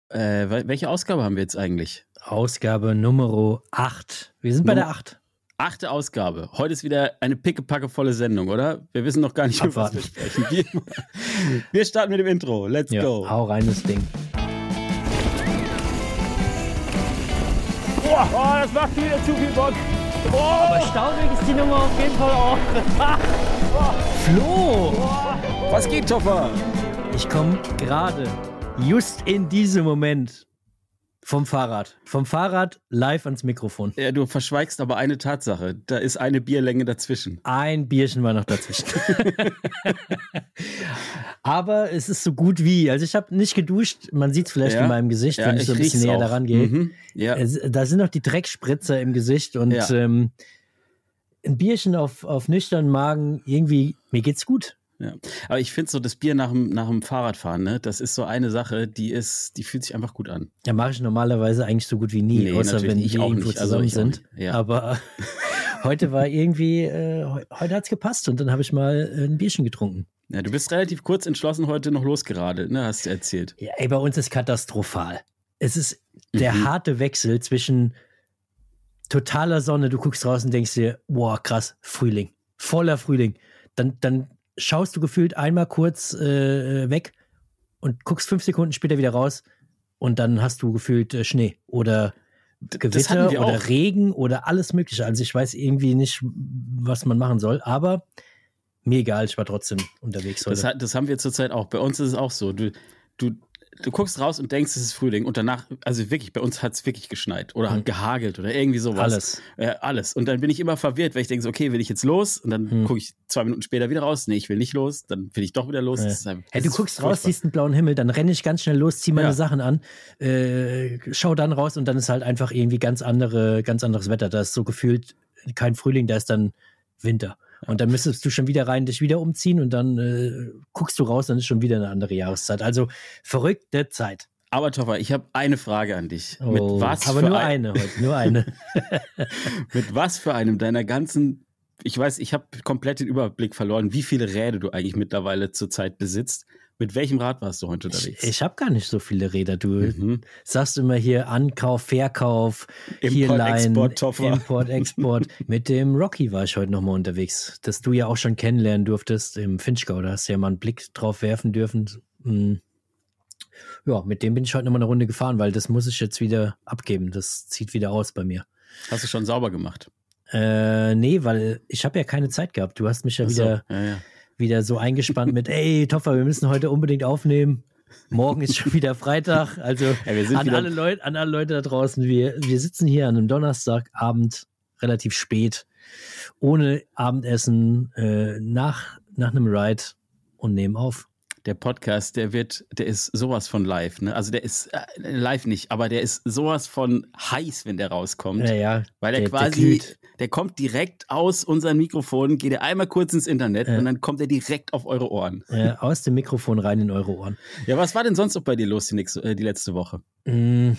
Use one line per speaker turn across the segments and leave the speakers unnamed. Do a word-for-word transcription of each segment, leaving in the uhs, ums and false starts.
Äh, welche Ausgabe haben wir jetzt eigentlich?
Ausgabe Nummer acht. Wir sind bei
Nummer
der acht.
Achte Ausgabe. Heute ist wieder eine pickepackevolle Sendung, oder? Wir wissen noch gar nicht, über was wir sprechen. Wir, wir starten mit dem Intro. Let's
ja,
go.
Hau rein, das Ding.
Boah, oh, das macht wieder zu viel Bock.
Oh. Aber staunig ist die Nummer auf jeden Fall auch. Flo!
Oh. Was geht, Toffer?
Ich komme gerade, just in diesem Moment, vom Fahrrad. Vom Fahrrad live ans Mikrofon.
Ja, du verschweigst aber eine Tatsache. Da ist eine Bierlänge dazwischen.
Ein Bierchen war noch dazwischen. Aber es ist so gut wie. Also ich habe nicht geduscht. Man sieht es vielleicht ja, in meinem Gesicht, ja, wenn ich so ein bisschen näher auch. daran gehe. Mhm, ja. es, da sind noch die Dreckspritzer im Gesicht. Und ja. ähm, ein Bierchen auf, auf nüchternen Magen, irgendwie, mir geht's gut.
Ja, aber ich finde so das Bier nach dem, nach dem Fahrradfahren, ne, das ist so eine Sache, die ist, die fühlt sich einfach gut an.
Ja, mache ich normalerweise eigentlich so gut wie nie, nee, außer wenn die irgendwo nicht. zusammen also sind. Ja. Aber heute war irgendwie, äh, heute hat's gepasst und dann habe ich mal ein Bierchen getrunken.
Ja, du bist relativ kurz entschlossen heute noch losgeradelt, ne, hast du erzählt.
Ja, ey, bei uns ist katastrophal. Es ist der mhm. harte Wechsel zwischen totaler Sonne, du guckst raus und denkst dir, boah, krass, Frühling, voller Frühling. Dann, dann schaust du gefühlt einmal kurz äh, weg und guckst fünf Sekunden später wieder raus und dann hast du gefühlt äh, Schnee oder Gewitter oder auch. Regen oder alles mögliche. Also ich weiß irgendwie nicht, was man machen soll, aber mir egal, ich war trotzdem unterwegs heute.
Das, das haben wir zurzeit auch. Bei uns ist es auch so. Du, du, du guckst raus und denkst, es ist Frühling und danach, also wirklich, bei uns hat es wirklich geschneit oder mhm. gehagelt oder irgendwie sowas.
Alles.
Ja, alles. Und dann bin ich immer verwirrt, weil ich denke so, okay, will ich jetzt los? Und dann mhm. gucke ich zwei Minuten später wieder raus. Nee, ich will nicht los. Dann will ich doch wieder los.
Ja.
Das ist halt, das
hey, du guckst raus, siehst einen blauen Himmel, dann renne ich ganz schnell los, zieh meine ja. Sachen an, äh, schau dann raus und dann ist halt einfach irgendwie ganz andere, ganz anderes Wetter. Da ist so gefühlt kein Frühling, da ist dann Winter. Und dann müsstest du schon wieder rein, dich wieder umziehen und dann äh, guckst du raus, dann ist schon wieder eine andere Jahreszeit. Also verrückte Zeit.
Aber Toffer, ich habe eine Frage an dich.
Oh,
Mit was
aber
für
nur
ein...
eine heute, nur eine.
Mit was für einem deiner ganzen, ich weiß, ich habe komplett den Überblick verloren, wie viele Räder du eigentlich mittlerweile zurzeit besitzt. Mit welchem Rad warst du heute unterwegs?
Ich, ich habe gar nicht so viele Räder. Du mhm. sagst immer hier Ankauf, Verkauf, hier
Import,
Line,
Export, Toffer.
Import, Export. Mit dem Rocky war ich heute nochmal unterwegs, das du ja auch schon kennenlernen durftest im Finchgau. Da hast du ja mal einen Blick drauf werfen dürfen. Mhm. Ja, mit dem bin ich heute nochmal eine Runde gefahren, weil das muss ich jetzt wieder abgeben. Das zieht wieder aus bei mir.
Hast du schon sauber gemacht?
Äh, nee, weil ich habe ja keine Zeit gehabt. Du hast mich ja Ach wieder... So. Ja, ja. wieder so eingespannt mit, ey, Toffer, wir müssen heute unbedingt aufnehmen. Morgen ist schon wieder Freitag. Also ja, wir sind an, alle Leut, an alle Leute da draußen, wir, wir sitzen hier an einem Donnerstagabend, relativ spät, ohne Abendessen, äh, nach, nach einem Ride und nehmen auf.
Der Podcast, der wird, der ist sowas von live, ne? Also der ist äh, live nicht, aber der ist sowas von heiß, wenn der rauskommt.
Ja, ja.
Weil der, der quasi, der, der kommt direkt aus unseren Mikrofonen, geht er einmal kurz ins Internet ja. und dann kommt er direkt auf eure Ohren.
Ja, aus dem Mikrofon rein in eure Ohren.
Ja, was war denn sonst noch bei dir los die, nächste, äh, die letzte Woche?
Mm.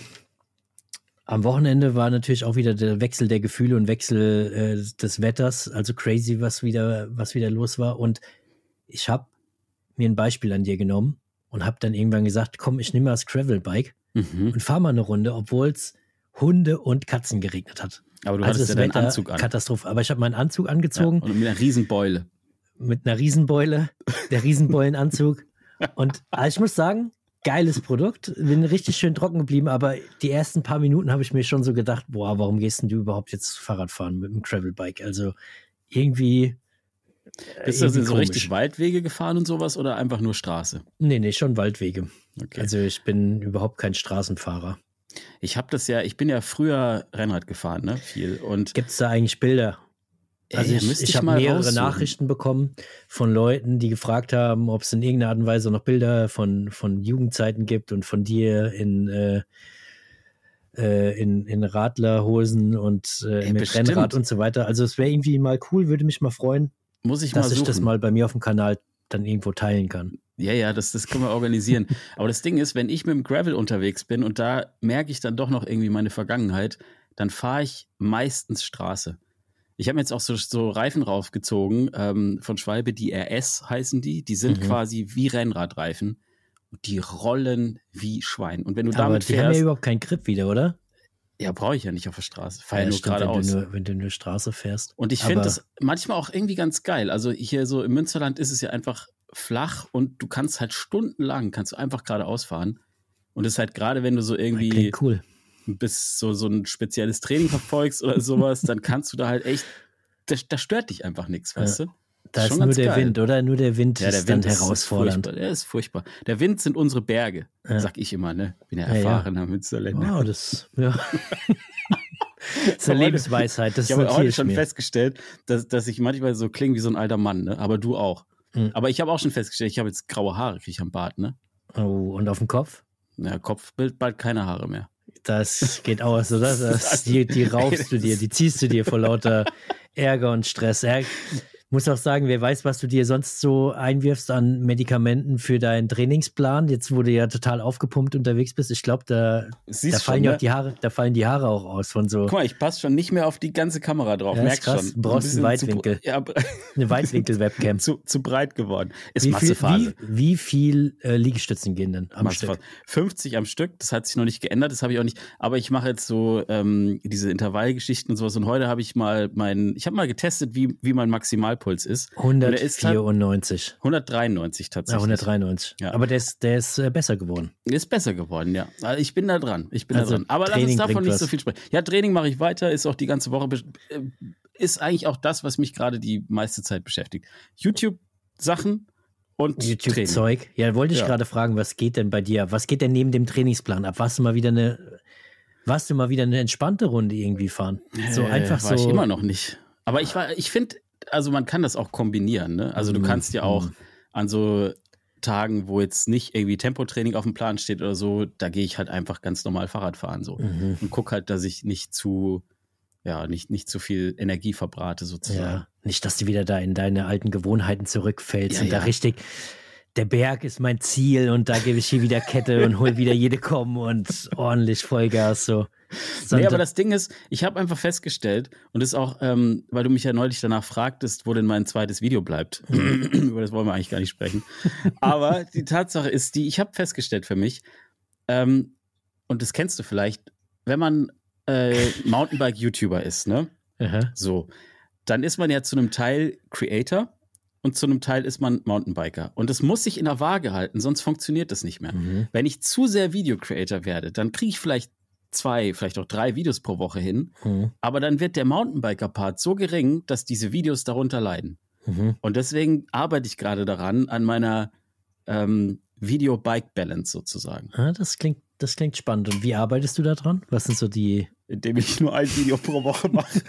Am Wochenende war natürlich auch wieder der Wechsel der Gefühle und Wechsel äh, des Wetters, also crazy, was wieder, was wieder los war. Und ich habe mir ein Beispiel an dir genommen und habe dann irgendwann gesagt, komm, ich nehme mal das Gravelbike mhm. und fahre mal eine Runde, obwohl es Hunde und Katzen geregnet hat.
Aber du
also
hattest ja deinen Anzug an.
Katastrophe. Aber ich habe meinen Anzug angezogen.
Ja, und mit einer Riesenbeule.
Mit einer Riesenbeule, der Riesenbeulenanzug. Und also ich muss sagen, geiles Produkt. Bin richtig schön trocken geblieben, aber die ersten paar Minuten habe ich mir schon so gedacht, boah, warum gehst denn du überhaupt jetzt Fahrrad fahren mit dem Gravelbike? Also irgendwie
Bist du so komisch. Richtig Waldwege gefahren und sowas oder einfach nur Straße?
Nee, nee, schon Waldwege. Okay. Also ich bin überhaupt kein Straßenfahrer.
Ich habe das ja, ich bin ja früher Rennrad gefahren, ne, viel. Und
gibt's da eigentlich Bilder? Also Ey, ich, ich, ich habe mehrere raussuchen. Nachrichten bekommen von Leuten, die gefragt haben, ob es in irgendeiner Art und Weise noch Bilder von, von Jugendzeiten gibt und von dir in äh, In, in Radlerhosen und äh, Ey, mit bestimmt. Rennrad und so weiter. Also es wäre irgendwie mal cool, würde mich mal freuen,
Muss ich
dass
mal
ich das mal bei mir auf dem Kanal dann irgendwo teilen kann.
Ja, ja, das, das können wir organisieren. Aber das Ding ist, wenn ich mit dem Gravel unterwegs bin und da merke ich dann doch noch irgendwie meine Vergangenheit, dann fahre ich meistens Straße. Ich habe mir jetzt auch so, so Reifen raufgezogen ähm, von Schwalbe, die R S heißen die. Die sind mhm. quasi wie Rennradreifen. die rollen wie Schwein. Und wenn du
Aber
damit
die
fährst,
haben ja überhaupt keinen Grip wieder, oder?
ja, brauche ich ja nicht auf der Straße. Fahr ja,
Ja,
nur
stimmt, wenn du
geradeaus.
nur, wenn du nur Straße fährst.
Und ich
Aber-
finde das manchmal auch irgendwie ganz geil. Also hier so im Münsterland ist es ja einfach flach und du kannst halt stundenlang, kannst du einfach geradeaus fahren. Und das ist halt gerade, wenn du so irgendwie
Klingt cool.
bis so, so ein spezielles Training verfolgst oder sowas, dann kannst du da halt echt, da, da stört dich einfach nichts, weißt du?
Da ist
schon
nur
ganz
der
geil.
Wind, oder? Nur der Wind
Ja, der
ist
Wind
dann
ist, ist
herausfordernd.
furchtbar. Der ist furchtbar. Der Wind sind unsere Berge,
Ja.
sag ich immer, ne? Bin ja
Ja, ja.
erfahrener Münsterländer.
Wow, das, ja. das ist eine Lebensweisheit. Das
Ich habe
notiere
heute
ich
schon
mir.
festgestellt, dass, dass ich manchmal so klinge wie so ein alter Mann, ne? Aber du auch.
Mhm.
Aber ich habe auch schon festgestellt, ich habe jetzt graue Haare, kriege ich am Bart, ne?
Oh, und auf dem Kopf?
Ja, Kopfbild, bald keine Haare mehr.
Das geht aus, oder? Das, die, die raubst du dir, die ziehst du dir vor lauter Ärger und Stress. Ja, muss auch sagen, wer weiß, was du dir sonst so einwirfst an Medikamenten für deinen Trainingsplan. Jetzt, wo du ja total aufgepumpt unterwegs bist. Ich glaube, da,
Siehst
da
schon,
fallen ja
ne?
auch die Haare, da fallen die Haare auch aus von so
Guck mal, ich passe schon nicht mehr auf die ganze Kamera drauf.
Ja, ist
Merkst
krass.
schon.
Brauchst
Ein
einen
bisschen
Weitwinkel.
Zu, ja,
eine Weitwinkel-Webcam.
zu, zu breit geworden. Ist
Wie viel,
Massephase.
wie, wie viel äh, Liegestützen gehen denn am
Massephase.
Stück?
fünfzig am Stück, das hat sich noch nicht geändert, das habe ich auch nicht. Aber ich mache jetzt so ähm, diese Intervallgeschichten und sowas. Und heute habe ich mal meinen, ich habe mal getestet, wie, wie mein Maximalpuls ist. Und der ist halt
hundertvierundneunzig.
hundertdreiundneunzig
Ja,
tatsächlich.
hundertdreiundneunzig.
Ja.
Aber der ist, der ist äh, besser geworden.
Ist besser geworden, ja. Also ich bin da dran. Ich bin
Also
da dran. Aber lass
Training
uns davon
bringt
nicht
was.
so viel sprechen. Ja, Training mache ich weiter, ist auch die ganze Woche, besch- äh, ist eigentlich auch das, was mich gerade die meiste Zeit beschäftigt. YouTube-Sachen und Training.
YouTube-Zeug. Ja, wollte ich
Ja.
gerade fragen, was geht denn bei dir ab? Was geht denn neben dem Trainingsplan ab? Warst du mal wieder eine, warst du mal wieder eine entspannte Runde irgendwie fahren? So
Äh,
einfach
war
so.
ich immer noch nicht. Aber ich war, ich finde, also man kann das auch kombinieren. Ne? Also du
Mhm.
kannst ja auch
Mhm.
an so Tagen, wo jetzt nicht irgendwie Tempotraining auf dem Plan steht oder so, da gehe ich halt einfach ganz normal Fahrrad fahren so
Mhm.
und guck halt, dass ich nicht zu, ja, nicht, nicht zu viel Energie verbrate sozusagen.
Ja, nicht, dass du wieder da in deine alten Gewohnheiten zurückfällst
Ja,
und da
ja.
richtig, der Berg ist mein Ziel und da gebe ich hier wieder Kette und hol wieder jede Komm und ordentlich Vollgas so.
Nee,
Sondern-
aber das Ding ist, ich habe einfach festgestellt, und das ist auch, ähm, weil du mich ja neulich danach fragtest, wo denn mein zweites Video bleibt. Über das wollen wir eigentlich gar nicht sprechen. Aber die Tatsache ist die, ich habe festgestellt für mich, ähm, und das kennst du vielleicht, wenn man äh, Mountainbike-YouTuber ist, ne?
Aha.
So, dann ist man ja zu einem Teil Creator und zu einem Teil ist man Mountainbiker. Und das muss sich in der Waage halten, sonst funktioniert das nicht mehr.
Mhm.
Wenn ich zu sehr Video-Creator werde, dann kriege ich vielleicht zwei, vielleicht auch drei Videos pro Woche hin.
Mhm.
Aber dann wird der Mountainbiker-Part so gering, dass diese Videos darunter leiden.
Mhm.
Und deswegen arbeite ich gerade daran, an meiner ähm, Video-Bike-Balance sozusagen.
Ah, das klingt, das klingt spannend. Und wie arbeitest du da dran? Was sind so die.
Indem ich nur ein Video pro Woche mache.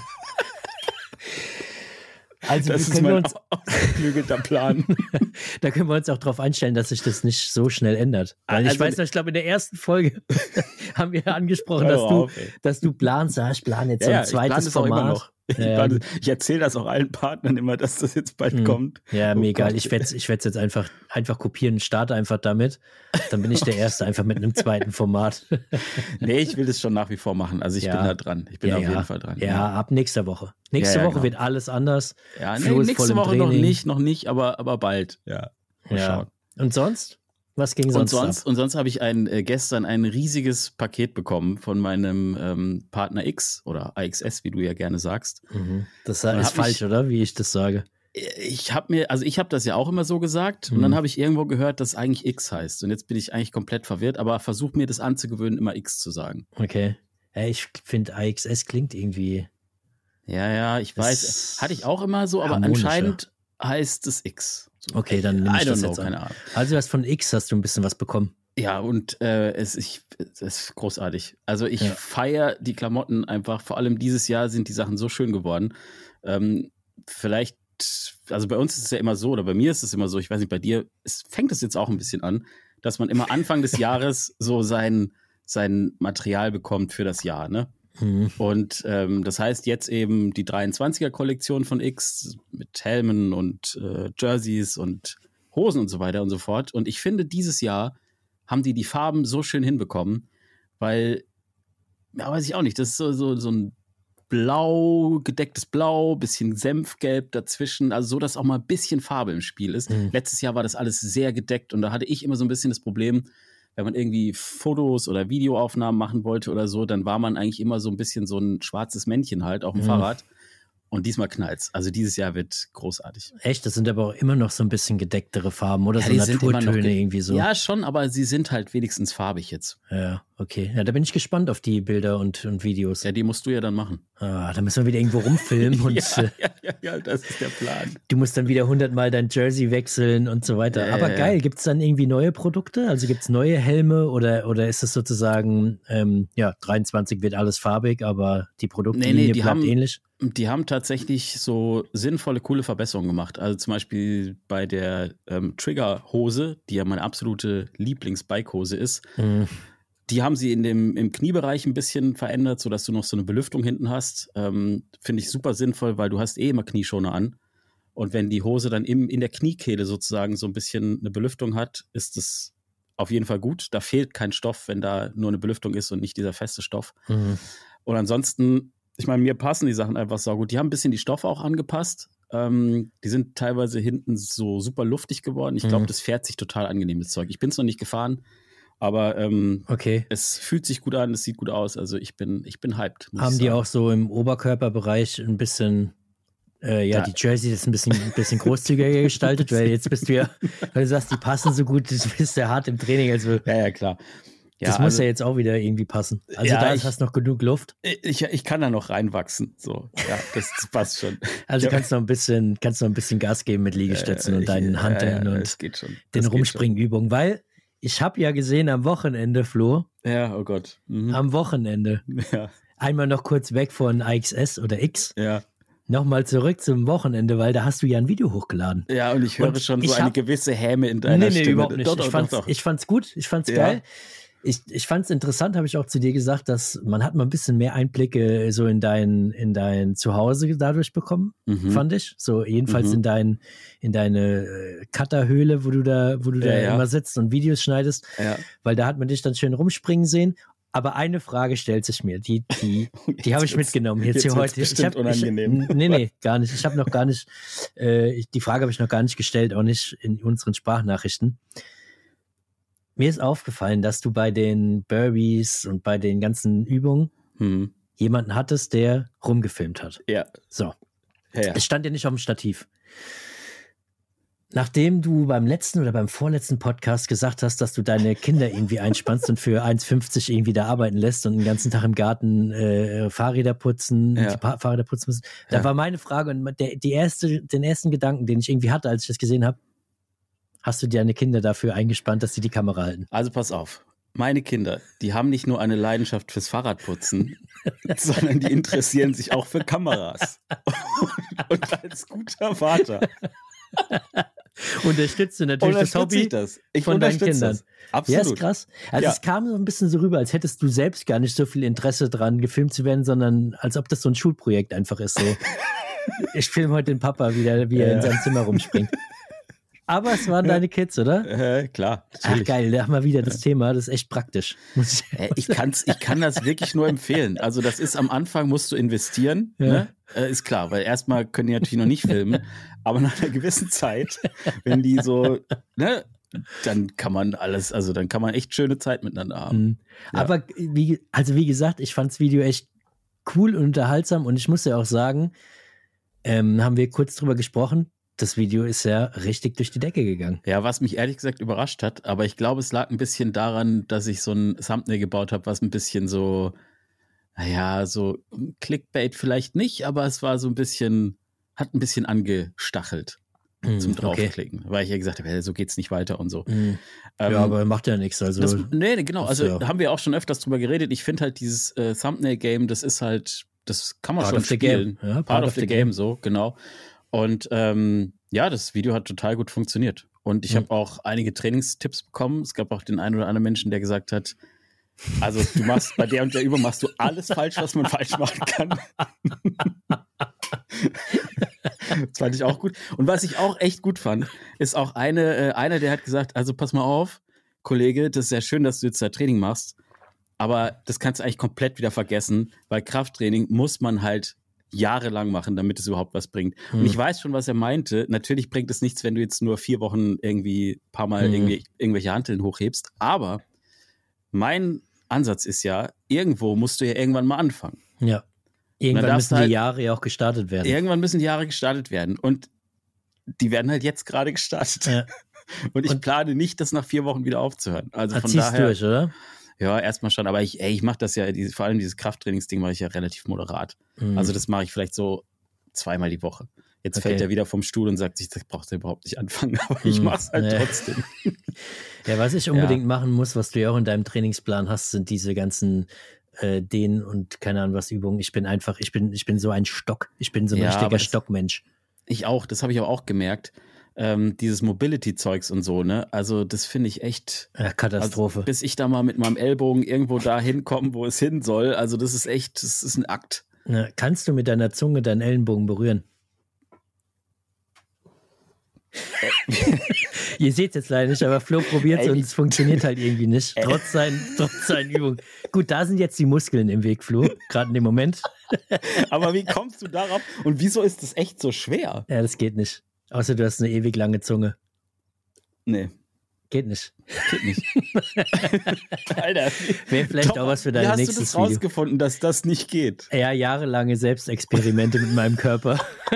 Also
Das
wir
ist
können wir
mein
uns,
ausgeklügelter Plan.
da können wir uns auch darauf einstellen, dass sich das nicht so schnell ändert. Weil ich
Also-
weiß noch, ich glaube, in der ersten Folge haben wir angesprochen,
Hör
dass du,
auf, ey.
dass du planst, ah, ich plane jetzt
Ja,
so
ja,
ein
ich plane
zweites
das auch
Format.
immer noch. Ich,
Ja,
plane- ich erzähle das auch allen Partnern immer, dass das jetzt bald
Mhm.
kommt.
Ja,
Oh
mir egal.
Gott.
Ich werde es ich werd's jetzt einfach, einfach kopieren, starte einfach damit. Dann bin ich der Erste, einfach mit einem zweiten Format.
Nee, ich will das schon nach wie vor machen. Also ich
Ja.
bin da dran. Ich bin
ja,
auf
ja.
jeden Fall dran.
Ja, ab nächster Woche. Nächste
Ja, ja,
Woche
genau.
wird alles anders.
ja nee,
Flo ist voll
nächste
im
Woche noch
Training.
nicht, noch nicht, aber, aber bald. Ja. Mal
Ja.
schauen.
Und sonst? Was ging
Und
sonst,
sonst,
ab?
und sonst habe ich ein, äh, gestern ein riesiges Paket bekommen von meinem ähm, Partner X oder A X S, wie du ja gerne sagst.
Mhm. Das
Dann
ist
hab
falsch,
ich-
oder? Wie ich das sage.
Ich habe mir, also ich habe das ja auch immer so gesagt und
Mhm.
dann habe ich irgendwo gehört, dass es eigentlich X heißt. Und jetzt bin ich eigentlich komplett verwirrt, aber versuche mir das anzugewöhnen, immer X zu sagen.
Okay. Ja, ich finde, A X S klingt irgendwie.
Ja, ja, ich
Das
weiß, hatte ich auch immer so, aber
harmonischer.
anscheinend heißt es X. So.
Okay, dann nehme ich
I don't
das
know,
jetzt an.
keine Ahnung.
Also, was von X hast du ein bisschen was bekommen.
Ja, und äh, es, ich, es ist großartig. Also ich
Ja.
feiere die Klamotten einfach. Vor allem dieses Jahr sind die Sachen so schön geworden. Ähm, vielleicht, also bei uns ist es ja immer so, oder bei mir ist es immer so, ich weiß nicht, bei dir es fängt es jetzt auch ein bisschen an, dass man immer Anfang des Jahres so sein, sein Material bekommt für das Jahr, ne?
Mhm.
Und ähm, das heißt jetzt eben die dreiundzwanziger-Kollektion von X mit Helmen und äh, Jerseys und Hosen und so weiter und so fort. Und ich finde, dieses Jahr haben die die Farben so schön hinbekommen, weil, ja, weiß ich auch nicht, das ist so, so, so ein Blau, gedecktes Blau, bisschen Senfgelb dazwischen, also so, dass auch mal ein bisschen Farbe im Spiel ist. Mhm. Letztes Jahr war das alles sehr gedeckt und da hatte ich immer so ein bisschen das Problem, wenn man irgendwie Fotos oder Videoaufnahmen machen wollte oder so, dann war man eigentlich immer so ein bisschen so ein schwarzes Männchen halt auf dem mhm. Fahrrad. Und diesmal knallt's. Also dieses Jahr wird großartig.
Echt? Das sind aber auch immer noch so ein bisschen gedecktere Farben oder
ja,
so Naturtöne irgendwie so.
Ja, schon, aber sie sind halt wenigstens farbig jetzt.
Ja, okay. Ja, da bin ich gespannt auf die Bilder und, und Videos.
Ja, die musst du ja dann machen.
Ah, da müssen wir wieder irgendwo rumfilmen. und
ja, ja, ja, ja, das ist der Plan.
Du musst dann wieder hundertmal dein Jersey wechseln und so weiter.
Ja,
aber
ja,
geil,
ja.
Gibt's dann irgendwie neue Produkte? Also gibt's neue Helme oder, oder ist es sozusagen, ähm, ja, dreiundzwanzig wird alles farbig, aber die Produktlinie
nee, nee, die
bleibt
haben,
ähnlich?
Die haben tatsächlich so sinnvolle, coole Verbesserungen gemacht. Also zum Beispiel bei der ähm, Trigger-Hose, die ja meine absolute Lieblings-Bike-Hose ist, mhm. die haben sie in dem, im Kniebereich ein bisschen verändert, sodass du noch so eine Belüftung hinten hast. Ähm, Finde ich super sinnvoll, weil du hast eh immer Knieschoner an. Und wenn die Hose dann im, in der Kniekehle sozusagen so ein bisschen eine Belüftung hat, ist es auf jeden Fall gut. Da fehlt kein Stoff, wenn da nur eine Belüftung ist und nicht dieser feste Stoff. Mhm. Und ansonsten, ich meine, mir passen die Sachen einfach saugut. Die haben ein bisschen die Stoffe auch angepasst. Ähm, die sind teilweise hinten so super luftig geworden. Ich glaube, mhm. das fährt sich total angenehm, das Zeug. Ich bin es noch nicht gefahren, aber ähm,
okay.
es fühlt sich gut an, es sieht gut aus. Also ich bin, ich bin hyped.
Haben die auch so im Oberkörperbereich ein bisschen, äh, ja, da. die Jersey ist ein bisschen, ein bisschen großzügiger gestaltet, weil jetzt bist du ja, weil du sagst, die passen so gut, du bist ja hart im Training. Also
ja, ja, klar. Ja,
das muss
also,
ja jetzt auch wieder irgendwie passen. Also
ja,
da
ich,
hast du noch genug Luft.
Ich, ich kann da noch reinwachsen. So, ja, das, das passt schon.
Also ja. kannst du noch ein bisschen, kannst noch ein bisschen Gas geben mit Liegestützen äh, und deinen ich, Hanteln ja, ja, und den Rumspringübungen. Weil ich habe ja gesehen am Wochenende, Flo.
Ja, oh Gott. Mhm.
Am Wochenende.
Ja.
Einmal noch kurz weg von A X S oder X.
Ja.
Nochmal zurück zum Wochenende, weil da hast du ja ein Video hochgeladen.
Ja, und ich höre und schon so hab, eine gewisse Häme in deiner
nee, nee,
Stimme.
Überhaupt nicht.
Doch, doch,
ich, fand's,
doch, doch.
ich fand's gut, ich fand's
ja.
geil. Ich, ich fand es interessant, habe ich auch zu dir gesagt, dass man hat mal ein bisschen mehr Einblicke so in dein, in dein Zuhause dadurch bekommen, mhm. fand ich. So jedenfalls mhm. in dein, in deine äh, Cutterhöhle, wo du da, wo du ja, da ja. immer sitzt und Videos schneidest,
ja.
weil da hat man dich dann schön rumspringen sehen. Aber eine Frage stellt sich mir, die, die, die habe ich mitgenommen jetzt, jetzt hier heute.
Bestimmt
ich hab,
unangenehm.
Ich, nee, nee, gar nicht. Ich habe noch gar nicht, äh, die Frage habe ich noch gar nicht gestellt, auch nicht in unseren Sprachnachrichten. Mir ist aufgefallen, dass du bei den Burpees und bei den ganzen Übungen hm. jemanden hattest, der rumgefilmt hat.
Ja.
So.
Ja, ja.
Es stand ja nicht auf dem Stativ. Nachdem du beim letzten oder beim vorletzten Podcast gesagt hast, dass du deine Kinder irgendwie einspannst und für eins fünfzig irgendwie da arbeiten lässt und den ganzen Tag im Garten äh, Fahrräder putzen,
ja.
pa- Fahrräder putzen müssen, da
ja.
war meine Frage und der, die erste, den ersten Gedanken, den ich irgendwie hatte, als ich das gesehen habe, hast du deine Kinder dafür eingespannt, dass sie die Kamera halten?
Also pass auf, meine Kinder, die haben nicht nur eine Leidenschaft fürs Fahrradputzen, sondern die interessieren sich auch für Kameras. Und als guter Vater
unterstützt du natürlich das Hobby
das. Ich
von deinen Kindern.
Das. Absolut.
Ja, ist krass. Also
ja.
es kam so ein bisschen so rüber, als hättest du selbst gar nicht so viel Interesse dran, gefilmt zu werden, sondern als ob das so ein Schulprojekt einfach ist. So. Ich filme heute den Papa wieder, wie er ja. in seinem Zimmer rumspringt. Aber es waren deine Kids, oder?
Äh, klar.
Natürlich. Ach geil, da haben wir wieder das Thema, das ist echt praktisch.
Äh, ich, kann's, ich kann das wirklich nur empfehlen. Also das ist am Anfang, musst du investieren, ja. ne? äh, ist klar, weil erstmal können die natürlich noch nicht filmen, aber nach einer gewissen Zeit, wenn die so, ne, dann kann man alles, also dann kann man echt schöne Zeit miteinander haben.
Mhm. Ja. Aber wie, also wie gesagt, ich fand das Video echt cool und unterhaltsam und ich muss ja auch sagen, ähm, haben wir kurz drüber gesprochen, das Video ist ja richtig durch die Decke gegangen.
Ja, was mich ehrlich gesagt überrascht hat, aber ich glaube, es lag ein bisschen daran, dass ich so ein Thumbnail gebaut habe, was ein bisschen so, naja, so Clickbait vielleicht nicht, aber es war so ein bisschen, hat ein bisschen angestachelt mm, zum Draufklicken, okay. Weil ich ja gesagt habe, hey, so geht's nicht weiter und so. Mm.
Ja, ähm, aber macht ja nichts. Also
das, nee, genau, also
ja.
da haben wir auch schon öfters drüber geredet. Ich finde halt dieses äh, Thumbnail-Game, das ist halt, das kann man
part
schon spielen.
Ja, part,
part
of,
of the,
the
game,
game,
so, genau. Und ähm, ja, das Video hat total gut funktioniert. Und ich mhm. habe auch einige Trainingstipps bekommen. Es gab auch den einen oder anderen Menschen, der gesagt hat, also du machst bei der und der Übung machst du alles falsch, was man falsch machen kann. Das fand ich auch gut. Und was ich auch echt gut fand, ist auch eine, äh, einer, der hat gesagt, also pass mal auf, Kollege, das ist ja schön, dass du jetzt da Training machst, Aber das kannst du eigentlich komplett wieder vergessen, weil Krafttraining muss man halt jahrelang machen, damit es überhaupt was bringt. Hm. Und ich weiß schon, was er meinte. Natürlich bringt es nichts, wenn du jetzt nur vier Wochen irgendwie ein paar Mal hm. irgendwie, irgendwelche Hanteln hochhebst. Aber mein Ansatz ist ja, irgendwo musst du ja irgendwann mal anfangen.
Ja. Irgendwann müssen halt, die Jahre ja auch gestartet werden.
Irgendwann müssen die Jahre gestartet werden. Und die werden halt jetzt gerade gestartet. Ja. Und ich und plane nicht, das nach vier Wochen wieder aufzuhören. Also von daher.
Durch, oder?
Ja, erstmal schon. Aber ich, ey, ich mache das ja, diese, vor allem dieses Krafttrainingsding mache ich ja relativ moderat. Mhm. Also das mache ich vielleicht so zweimal die Woche. Jetzt okay. fällt er wieder vom Stuhl und sagt sich, das brauchst du überhaupt nicht anfangen. Aber mhm. ich mache es halt ja. trotzdem.
Ja, was ich unbedingt ja. machen muss, was du ja auch in deinem Trainingsplan hast, sind diese ganzen äh, Dehnen und keine Ahnung was Übungen. Ich bin einfach, ich bin, ich bin so ein Stock. Ich bin so ein ja, richtiger Stockmensch.
Ich auch, das habe ich aber auch gemerkt. Ähm, dieses Mobility-Zeugs und so, ne? Also das finde ich echt
ja, Katastrophe.
Also, bis ich da mal mit meinem Ellbogen irgendwo da hinkomme, wo es hin soll. Also das ist echt, das ist ein Akt.
Ja, kannst du mit deiner Zunge deinen Ellenbogen berühren? Ihr seht es jetzt leider nicht, aber Flo probiert es und es funktioniert halt irgendwie nicht, trotz seinen, trotz seinen Übungen. Gut, da sind jetzt die Muskeln im Weg, Flo, gerade in dem Moment.
Aber wie kommst du darauf und wieso ist das echt so schwer?
Ja, das geht nicht. Außer du hast eine ewig lange Zunge.
Nee.
Geht nicht.
Geht nicht. Alter.
Wäre vielleicht Doch, auch was für dein
nächstes Video.
Wie hast du das
rausgefunden, dass das nicht geht?
Ja, jahrelange Selbstexperimente mit meinem Körper.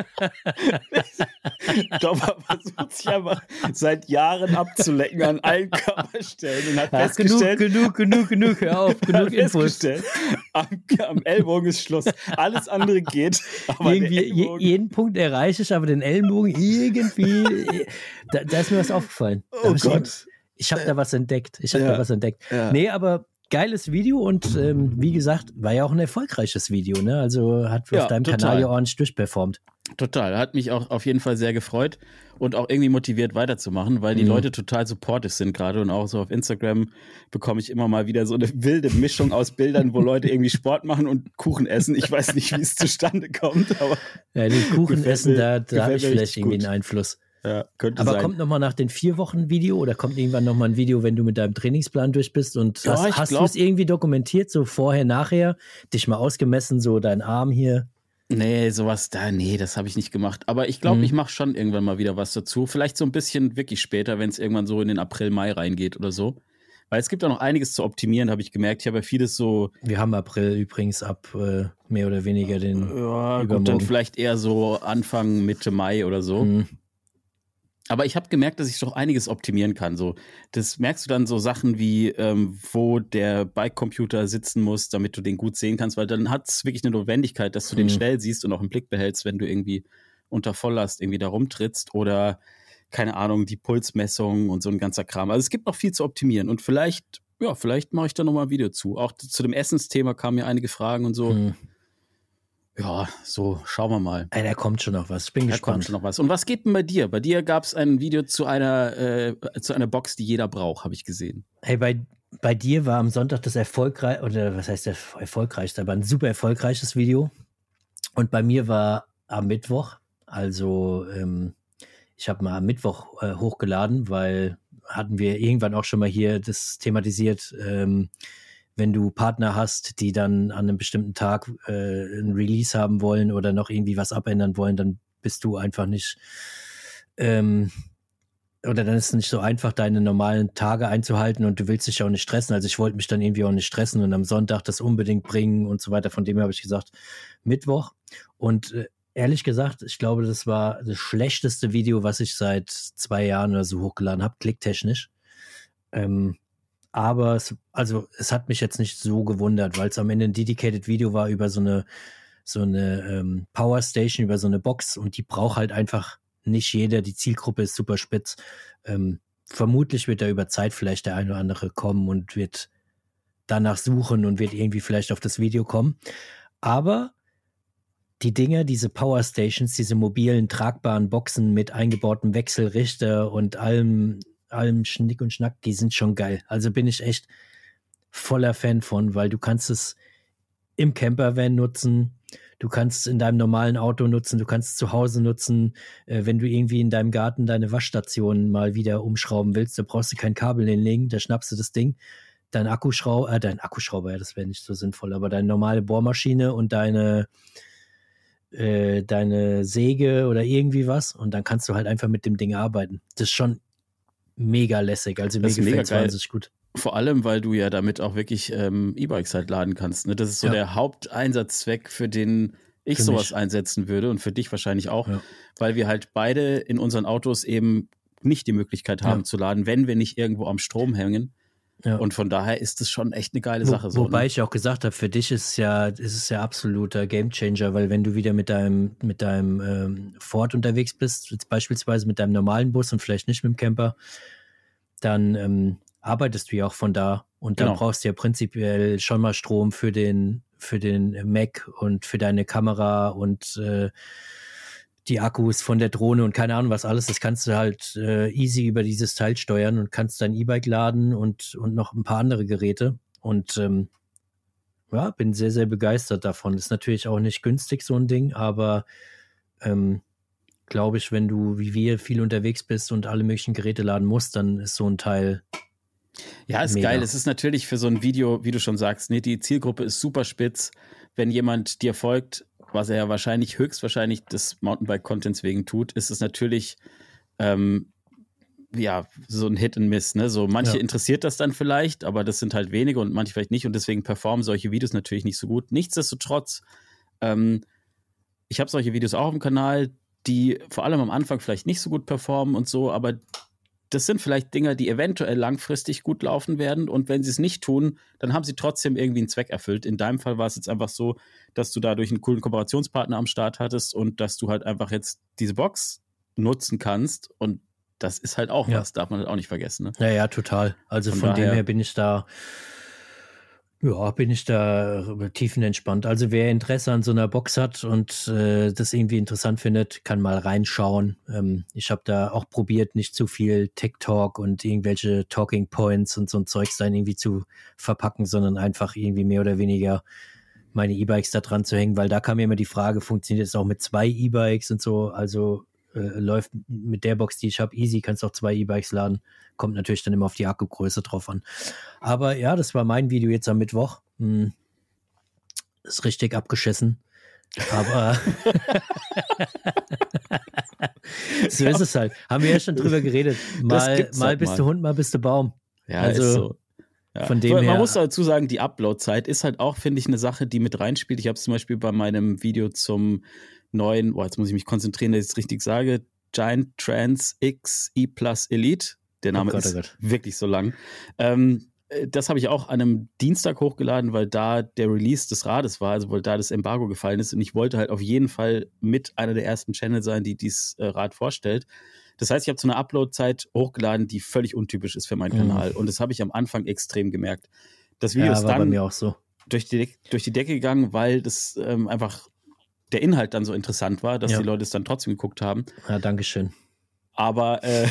Topper versucht sich einfach seit Jahren abzulecken an allen Körperstellen und hat
Ach,
festgestellt...
Genug, genug, genug, genug, hör auf, genug Infos.
Am, am Ellbogen ist Schluss. Alles andere geht. Aber
irgendwie, je, jeden Punkt erreiche ich, aber den Ellenbogen irgendwie... Da, da ist mir was aufgefallen.
Oh Gott.
Ich habe da was entdeckt. Ich habe
ja.
da was entdeckt.
Ja.
Nee, aber geiles Video und ähm, wie gesagt, war ja auch ein erfolgreiches Video, ne? Also hat
ja,
auf deinem
total.
Kanal ja ordentlich durchperformt.
Total. Hat mich auch auf jeden Fall sehr gefreut und auch irgendwie motiviert weiterzumachen, weil die mhm. Leute total supportive sind gerade und auch so auf Instagram bekomme ich immer mal wieder so eine wilde Mischung aus Bildern, wo Leute irgendwie Sport machen und Kuchen essen. Ich weiß nicht, wie es zustande kommt, aber
ja, den Kuchen essen, da, da habe ich vielleicht irgendwie gut. einen Einfluss.
Ja, könnte
Aber
sein.
kommt nochmal nach den vier Wochen Video oder kommt irgendwann nochmal ein Video, wenn du mit deinem Trainingsplan durch bist und
ja,
hast, hast
glaub,
du es irgendwie dokumentiert, so vorher, nachher, dich mal ausgemessen, so dein Arm hier?
Nee, sowas da, nee, das habe ich nicht gemacht. Aber ich glaube, mhm. ich mache schon irgendwann mal wieder was dazu. Vielleicht so ein bisschen wirklich später, wenn es irgendwann so in den April, Mai reingeht oder so. Weil es gibt auch noch einiges zu optimieren, habe ich gemerkt. Ich habe ja vieles so...
Wir haben April übrigens ab äh, mehr oder weniger den
Ja, gut, dann vielleicht eher so Anfang, Mitte Mai oder so. Mhm. Aber ich habe gemerkt, dass ich doch einiges optimieren kann. So, das merkst du dann so Sachen wie, ähm, wo der Bike-Computer sitzen muss, damit du den gut sehen kannst, weil dann hat es wirklich eine Notwendigkeit, dass du mhm. den schnell siehst und auch im Blick behältst, wenn du irgendwie unter Volllast irgendwie da rumtrittst oder, keine Ahnung, die Pulsmessung und so ein ganzer Kram. Also es gibt noch viel zu optimieren und vielleicht, ja, vielleicht mache ich da nochmal ein Video zu. Auch zu dem Essensthema kamen mir einige Fragen und so. Mhm. Ja, so, schauen wir mal.
Ey, da kommt schon noch was. Ich bin
da
gespannt.
Kommt schon noch was. Und was geht denn bei dir? Bei dir gab es ein Video zu einer, äh, zu einer Box, die jeder braucht, habe ich gesehen.
Hey, bei, bei dir war am Sonntag das erfolgreich, oder was heißt das erfolgreichste, aber ein super erfolgreiches Video. Und bei mir war am Mittwoch, also ähm, ich habe mal am Mittwoch äh, hochgeladen, weil hatten wir irgendwann auch schon mal hier das thematisiert, ähm, wenn du Partner hast, die dann an einem bestimmten Tag äh, ein Release haben wollen oder noch irgendwie was abändern wollen, dann bist du einfach nicht, ähm, oder dann ist es nicht so einfach, deine normalen Tage einzuhalten und du willst dich auch nicht stressen. Also ich wollte mich dann irgendwie auch nicht stressen und am Sonntag das unbedingt bringen und so weiter. Von dem her habe ich gesagt, Mittwoch. Und äh, ehrlich gesagt, ich glaube, das war das schlechteste Video, was ich seit zwei Jahren oder so hochgeladen habe, klicktechnisch. Ähm, Aber es, also es hat mich jetzt nicht so gewundert, weil es am Ende ein dedicated Video war über so eine so eine ähm, Power Station, über so eine Box und die braucht halt einfach nicht jeder. Die Zielgruppe ist super spitz. Ähm, vermutlich wird da über Zeit vielleicht der eine oder andere kommen und wird danach suchen und wird irgendwie vielleicht auf das Video kommen. Aber die Dinger, diese Power Stations, diese mobilen, tragbaren Boxen mit eingebautem Wechselrichter und allem allem Schnick und Schnack, die sind schon geil. Also bin ich echt voller Fan von, weil du kannst es im Campervan nutzen, du kannst es in deinem normalen Auto nutzen, du kannst es zu Hause nutzen, äh, wenn du irgendwie in deinem Garten deine Waschstation mal wieder umschrauben willst, da brauchst du kein Kabel hinlegen, da schnappst du das Ding, dein Akkuschrauber, äh, dein Akkuschrauber, ja, das wäre nicht so sinnvoll, aber deine normale Bohrmaschine und deine, äh, deine Säge oder irgendwie was und dann kannst du halt einfach mit dem Ding arbeiten. Das ist schon mega lässig, also mir gefällt es wahnsinnig gut.
Vor allem, weil du ja damit auch wirklich ähm, E-Bikes halt laden kannst. Ne? Das ist so ja. der Haupteinsatzzweck, für den ich für sowas mich. einsetzen würde und für dich wahrscheinlich auch, ja. weil wir halt beide in unseren Autos eben nicht die Möglichkeit haben ja. zu laden, wenn wir nicht irgendwo am Strom hängen. Ja. Und von daher ist es schon echt eine geile
Wo,
Sache. So,
wobei
ne?
ich auch gesagt habe, für dich ist es ja, ist es ja absoluter Gamechanger, weil wenn du wieder mit deinem, mit deinem ähm, Ford unterwegs bist, jetzt beispielsweise mit deinem normalen Bus und vielleicht nicht mit dem Camper, dann ähm, arbeitest du ja auch von da und dann genau. brauchst du ja prinzipiell schon mal Strom für den, für den Mac und für deine Kamera und äh, die Akkus von der Drohne und keine Ahnung was alles. Das kannst du halt äh, easy über dieses Teil steuern und kannst dein E-Bike laden und, und noch ein paar andere Geräte und ähm, ja, bin sehr, sehr begeistert davon. Ist natürlich auch nicht günstig, so ein Ding, aber ähm, glaube ich, wenn du wie wir viel unterwegs bist und alle möglichen Geräte laden musst, dann ist so ein Teil
ja, ist mega. Geil. Es ist natürlich für so ein Video, wie du schon sagst, ne, die Zielgruppe ist super spitz. Wenn jemand dir folgt, was er ja wahrscheinlich höchstwahrscheinlich des Mountainbike-Contents wegen tut, ist es natürlich ähm, ja so ein Hit and Miss. Ne? So manche ja. interessiert das dann vielleicht, aber das sind halt wenige und manche vielleicht nicht und deswegen performen solche Videos natürlich nicht so gut. Nichtsdestotrotz, ähm, ich habe solche Videos auch auf dem Kanal, die vor allem am Anfang vielleicht nicht so gut performen und so, aber das sind vielleicht Dinger, die eventuell langfristig gut laufen werden und wenn sie es nicht tun, dann haben sie trotzdem irgendwie einen Zweck erfüllt. In deinem Fall war es jetzt einfach so, dass du dadurch einen coolen Kooperationspartner am Start hattest und dass du halt einfach jetzt diese Box nutzen kannst und das ist halt auch ja. was, darf man halt auch nicht vergessen. Ne?
Ja, ja, total. Also von, von dem her bin ich da Ja, bin ich da tiefenentspannt. Also wer Interesse an so einer Box hat und äh, das irgendwie interessant findet, kann mal reinschauen. Ähm, ich habe da auch probiert, nicht zu viel Tech-Talk und irgendwelche Talking Points und so ein Zeugs dann irgendwie zu verpacken, sondern einfach irgendwie mehr oder weniger meine E-Bikes da dran zu hängen, weil da kam mir immer die Frage, funktioniert es auch mit zwei E-Bikes und so, also äh, läuft mit der Box, die ich habe, easy, kannst auch zwei E-Bikes laden. Kommt natürlich dann immer auf die Akkugröße drauf an. Aber ja, das war mein Video jetzt am Mittwoch. Hm. Ist richtig abgeschissen. Aber so ist es halt. Haben wir ja schon drüber geredet. Mal, mal halt bist mal. du Hund, mal bist du Baum.
Ja, also ist so. Ja.
Von dem
Man
her,
muss dazu sagen, die Upload-Zeit ist halt auch, finde ich, eine Sache, die mit reinspielt. Ich habe es zum Beispiel bei meinem Video zum neuen, boah, jetzt muss ich mich konzentrieren, dass ich es richtig sage, Giant Trans X E Plus Elite. Der Name oh Gott, ist oh Gott. wirklich so lang. Ähm, das habe ich auch an einem Dienstag hochgeladen, weil da der Release des Rades war, also weil da das Embargo gefallen ist. Und ich wollte halt auf jeden Fall mit einer der ersten Channel sein, die dieses äh, Rad vorstellt. Das heißt, ich habe zu einer Upload-Zeit hochgeladen, die völlig untypisch ist für meinen mhm. Kanal. Und das habe ich am Anfang extrem gemerkt. Das Video
ja,
ist
war
dann
bei mir auch so.
durch die, durch die Decke gegangen, weil das ähm, einfach der Inhalt dann so interessant war, dass ja. die Leute es dann trotzdem geguckt haben.
Ja, Dankeschön.
Aber äh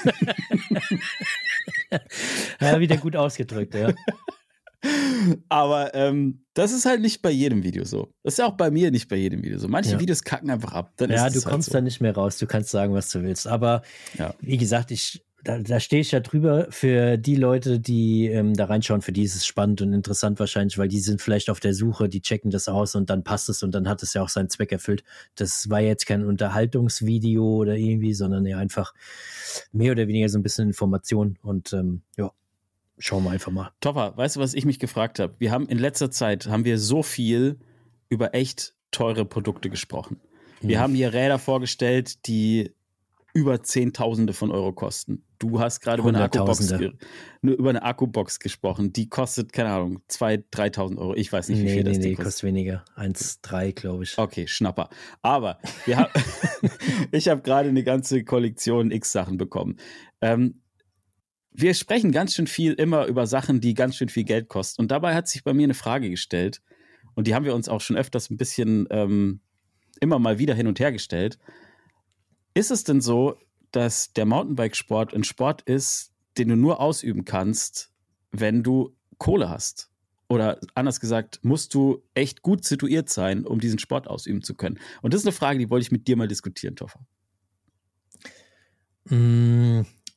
ja, wieder gut ausgedrückt, ja.
Aber ähm, das ist halt nicht bei jedem Video so. Das ist ja auch bei mir nicht bei jedem Video so. Manche ja. Videos kacken einfach ab. Dann
ja,
ist
du kommst
halt so.
da nicht mehr raus. Du kannst sagen, was du willst. Aber
ja.
wie gesagt, ich da, da stehe ich ja drüber für die Leute, die ähm, da reinschauen. Für die ist es spannend und interessant wahrscheinlich, weil die sind vielleicht auf der Suche, die checken das aus und dann passt es und dann hat es ja auch seinen Zweck erfüllt. Das war jetzt kein Unterhaltungsvideo oder irgendwie, sondern ja einfach mehr oder weniger so ein bisschen Information und ähm, ja. Schauen wir einfach mal.
Topper, weißt du, was ich mich gefragt habe? Wir haben in letzter Zeit, haben wir so viel über echt teure Produkte gesprochen. Wir hm. haben hier Räder vorgestellt, die über Zehntausende von Euro kosten. Du hast gerade über eine Akkubox, nur über eine Akkubox gesprochen. Die kostet, keine Ahnung, zweitausend, dreitausend Euro. Ich weiß nicht, wie
nee,
viel
nee,
das
nee,
die kostet.
kostet weniger. eins Komma drei, glaube ich.
Okay, Schnapper. Aber wir haben, ich habe gerade eine ganze Kollektion X-Sachen bekommen. Ähm, Wir sprechen ganz schön viel immer über Sachen, die ganz schön viel Geld kosten. Und dabei hat sich bei mir eine Frage gestellt. Und die haben wir uns auch schon öfters ein bisschen ähm, immer mal wieder hin und her gestellt. Ist es denn so, dass der Mountainbike-Sport ein Sport ist, den du nur ausüben kannst, wenn du Kohle hast? Oder anders gesagt, musst du echt gut situiert sein, um diesen Sport ausüben zu können? Und das ist eine Frage, die wollte ich mit dir mal diskutieren, Toffer.
Mm.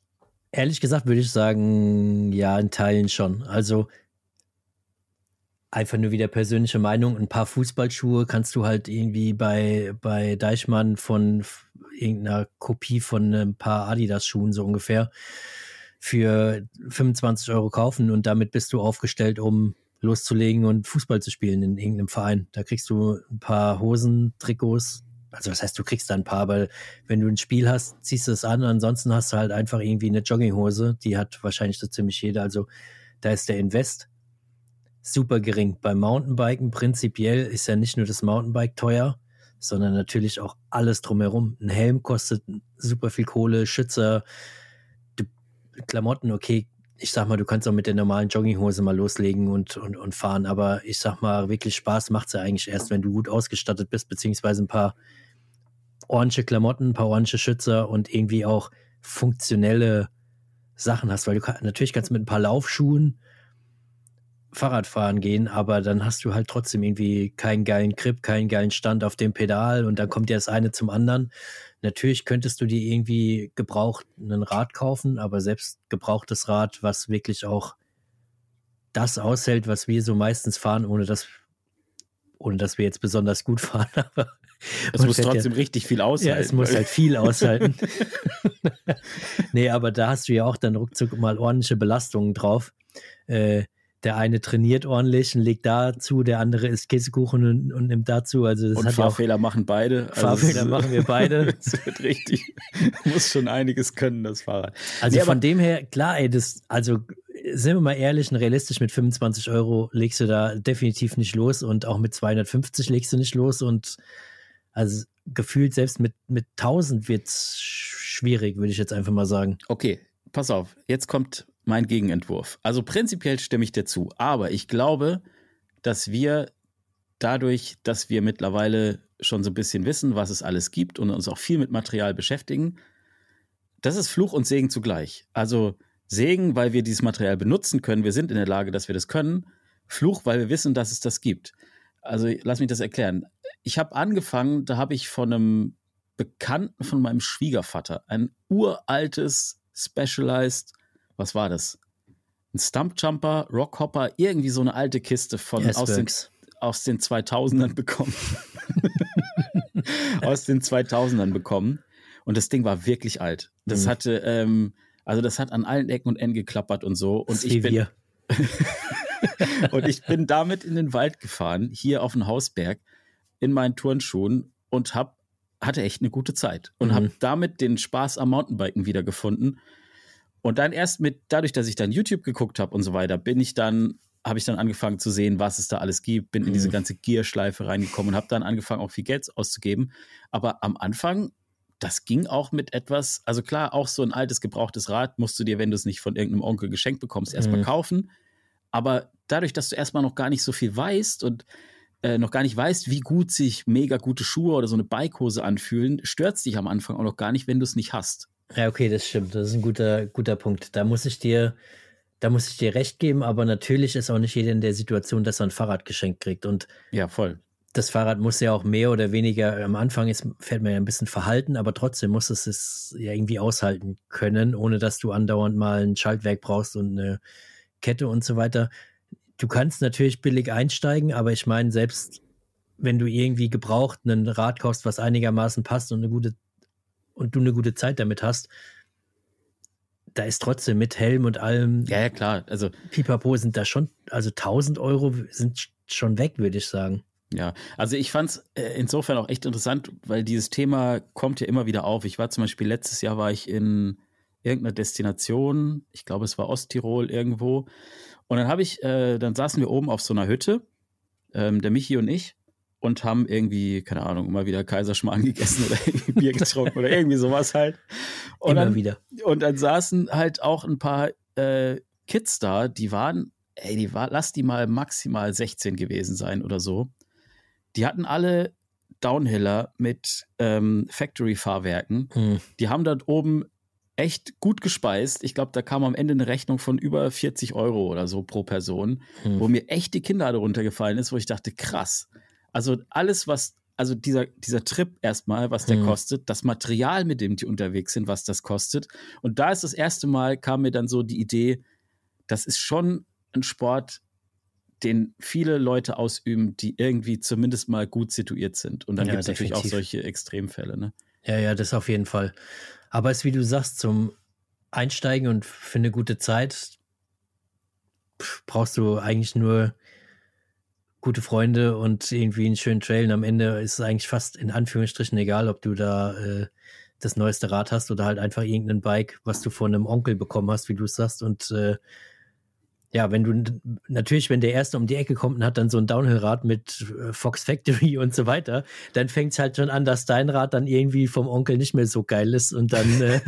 Ehrlich gesagt würde ich sagen, ja, in Teilen schon. Also einfach nur wieder persönliche Meinung. Ein paar Fußballschuhe kannst du halt irgendwie bei, bei Deichmann von f- irgendeiner Kopie von ein paar Adidas-Schuhen so ungefähr für fünfundzwanzig Euro kaufen und damit bist du aufgestellt, um loszulegen und Fußball zu spielen in irgendeinem Verein. Da kriegst du ein paar Hosen, Trikots. Also was heißt, du kriegst da ein paar, weil wenn du ein Spiel hast, ziehst du es an. Ansonsten hast du halt einfach irgendwie eine Jogginghose. Die hat wahrscheinlich so ziemlich jeder. Also da ist der Invest super gering. Beim Mountainbiken prinzipiell ist ja nicht nur das Mountainbike teuer, sondern natürlich auch alles drumherum. Ein Helm kostet super viel Kohle, Schützer, du, Klamotten, okay, ich sag mal, du kannst auch mit der normalen Jogginghose mal loslegen und, und, und fahren, aber ich sag mal, wirklich Spaß macht's ja eigentlich erst, wenn du gut ausgestattet bist, beziehungsweise ein paar ordentliche Klamotten, ein paar ordentliche Schützer und irgendwie auch funktionelle Sachen hast, weil du kann, natürlich kannst du mit ein paar Laufschuhen Fahrradfahren gehen, aber dann hast du halt trotzdem irgendwie keinen geilen Grip, keinen geilen Stand auf dem Pedal und dann kommt ja das eine zum anderen. Natürlich könntest du dir irgendwie gebraucht ein Rad kaufen, aber selbst gebrauchtes Rad, was wirklich auch das aushält, was wir so meistens fahren, ohne dass, ohne dass wir jetzt besonders gut fahren, aber
es muss trotzdem ja, richtig viel aushalten.
Ja, es muss halt viel aushalten. Nee, aber da hast du ja auch dann ruckzuck mal ordentliche Belastungen drauf. Äh, Der eine trainiert ordentlich und legt dazu, der andere isst Käsekuchen und, und nimmt dazu. Also das
und
hat
Fahrfehler
ja
machen beide.
Also Fahrfehler ist, machen wir beide.
Das wird richtig, muss schon einiges können, das Fahrrad.
Also nee, von dem her, klar, ey, das, also sind wir mal ehrlich und realistisch, mit fünfundzwanzig Euro legst du da definitiv nicht los und auch mit zweihundertfünfzig legst du nicht los und also gefühlt selbst mit, mit tausend wird es schwierig, würde ich jetzt einfach mal sagen.
Okay, pass auf, jetzt kommt mein Gegenentwurf. Also prinzipiell stimme ich dir zu, aber ich glaube, dass wir dadurch, dass wir mittlerweile schon so ein bisschen wissen, was es alles gibt und uns auch viel mit Material beschäftigen, das ist Fluch und Segen zugleich. Also Segen, weil wir dieses Material benutzen können, wir sind in der Lage, dass wir das können. Fluch, weil wir wissen, dass es das gibt. Also lass mich das erklären. Ich habe angefangen, da habe ich von einem Bekannten von meinem Schwiegervater ein uraltes Specialized, was war das? Ein Stumpjumper, Rockhopper, irgendwie so eine alte Kiste von aus den, aus den zweitausendern bekommen. aus den zweitausendern bekommen. Und das Ding war wirklich alt. Das mhm. hatte, ähm, also das hat an allen Ecken und Enden geklappert und so. Und ich bin und ich bin damit in den Wald gefahren, hier auf den Hausberg, in meinen Turnschuhen und hab, hatte echt eine gute Zeit. Und mhm. habe damit den Spaß am Mountainbiken wiedergefunden. Und dann erst mit, dadurch, dass ich dann YouTube geguckt habe und so weiter, bin ich dann, habe ich dann angefangen zu sehen, was es da alles gibt, bin mhm. in diese ganze Gear-Schleife reingekommen und habe dann angefangen, auch viel Geld auszugeben. Aber am Anfang, das ging auch mit etwas, also klar, auch so ein altes, gebrauchtes Rad musst du dir, wenn du es nicht von irgendeinem Onkel geschenkt bekommst, erstmal mhm. kaufen. Aber dadurch, dass du erstmal noch gar nicht so viel weißt und äh, noch gar nicht weißt, wie gut sich mega gute Schuhe oder so eine Bikehose anfühlen, stört es dich am Anfang auch noch gar nicht, wenn du es nicht hast.
Ja, okay, das stimmt. Das ist ein guter, guter Punkt. Da muss ich dir, da muss ich dir recht geben, aber natürlich ist auch nicht jeder in der Situation, dass er ein Fahrrad geschenkt kriegt. Und
ja, voll.
Das Fahrrad muss ja auch mehr oder weniger, am Anfang ist, fährt man ja ein bisschen verhalten, aber trotzdem muss es es ja irgendwie aushalten können, ohne dass du andauernd mal ein Schaltwerk brauchst und eine Kette und so weiter. Du kannst natürlich billig einsteigen, aber ich meine, selbst wenn du irgendwie gebraucht ein Rad kaufst, was einigermaßen passt und eine gute und du eine gute Zeit damit hast, da ist trotzdem mit Helm und allem.
Ja, ja, klar. Also
Pipapo sind da schon, also tausend Euro sind schon weg, würde ich sagen.
Ja, also ich fand es äh, insofern auch echt interessant, weil dieses Thema kommt ja immer wieder auf. Ich war zum Beispiel letztes Jahr war ich in irgendeiner Destination, ich glaube es war Osttirol irgendwo, und dann habe ich, äh, dann saßen wir oben auf so einer Hütte, ähm, der Michi und ich, und haben irgendwie, keine Ahnung, immer wieder Kaiserschmarrn gegessen oder irgendwie Bier getrunken oder irgendwie sowas halt. Und
immer
dann,
wieder.
Und dann saßen halt auch ein paar äh, Kids da, die waren, ey, die war, lass die mal maximal sechzehn gewesen sein oder so. Die hatten alle Downhiller mit ähm, Factory-Fahrwerken. Hm. Die haben dort oben echt gut gespeist. Ich glaube, da kam am Ende eine Rechnung von über vierzig Euro oder so pro Person, hm. wo mir echt die Kinnlade runtergefallen ist, wo ich dachte, krass. Also alles, was also dieser, dieser Trip erstmal, was der
Mhm.
kostet, das Material, mit dem die unterwegs sind, was das kostet. Und da ist das erste Mal, kam mir dann so die Idee, das ist schon ein Sport, den viele Leute ausüben, die irgendwie zumindest mal gut situiert sind. Und dann
Ja,
gibt es natürlich auch
definitiv.
solche Extremfälle. Ne?
Ja, ja, das auf jeden Fall. Aber es ist, wie du sagst, zum Einsteigen und für eine gute Zeit pff, brauchst du eigentlich nur gute Freunde und irgendwie einen schönen Trail. Und am Ende ist es eigentlich fast in Anführungsstrichen egal, ob du da äh, das neueste Rad hast oder halt einfach irgendein Bike, was du von einem Onkel bekommen hast, wie du es sagst. Und äh, ja, wenn du natürlich, wenn der Erste um die Ecke kommt und hat dann so ein Downhill-Rad mit äh, Fox Factory und so weiter, dann fängt es halt schon an, dass dein Rad dann irgendwie vom Onkel nicht mehr so geil ist und dann, äh,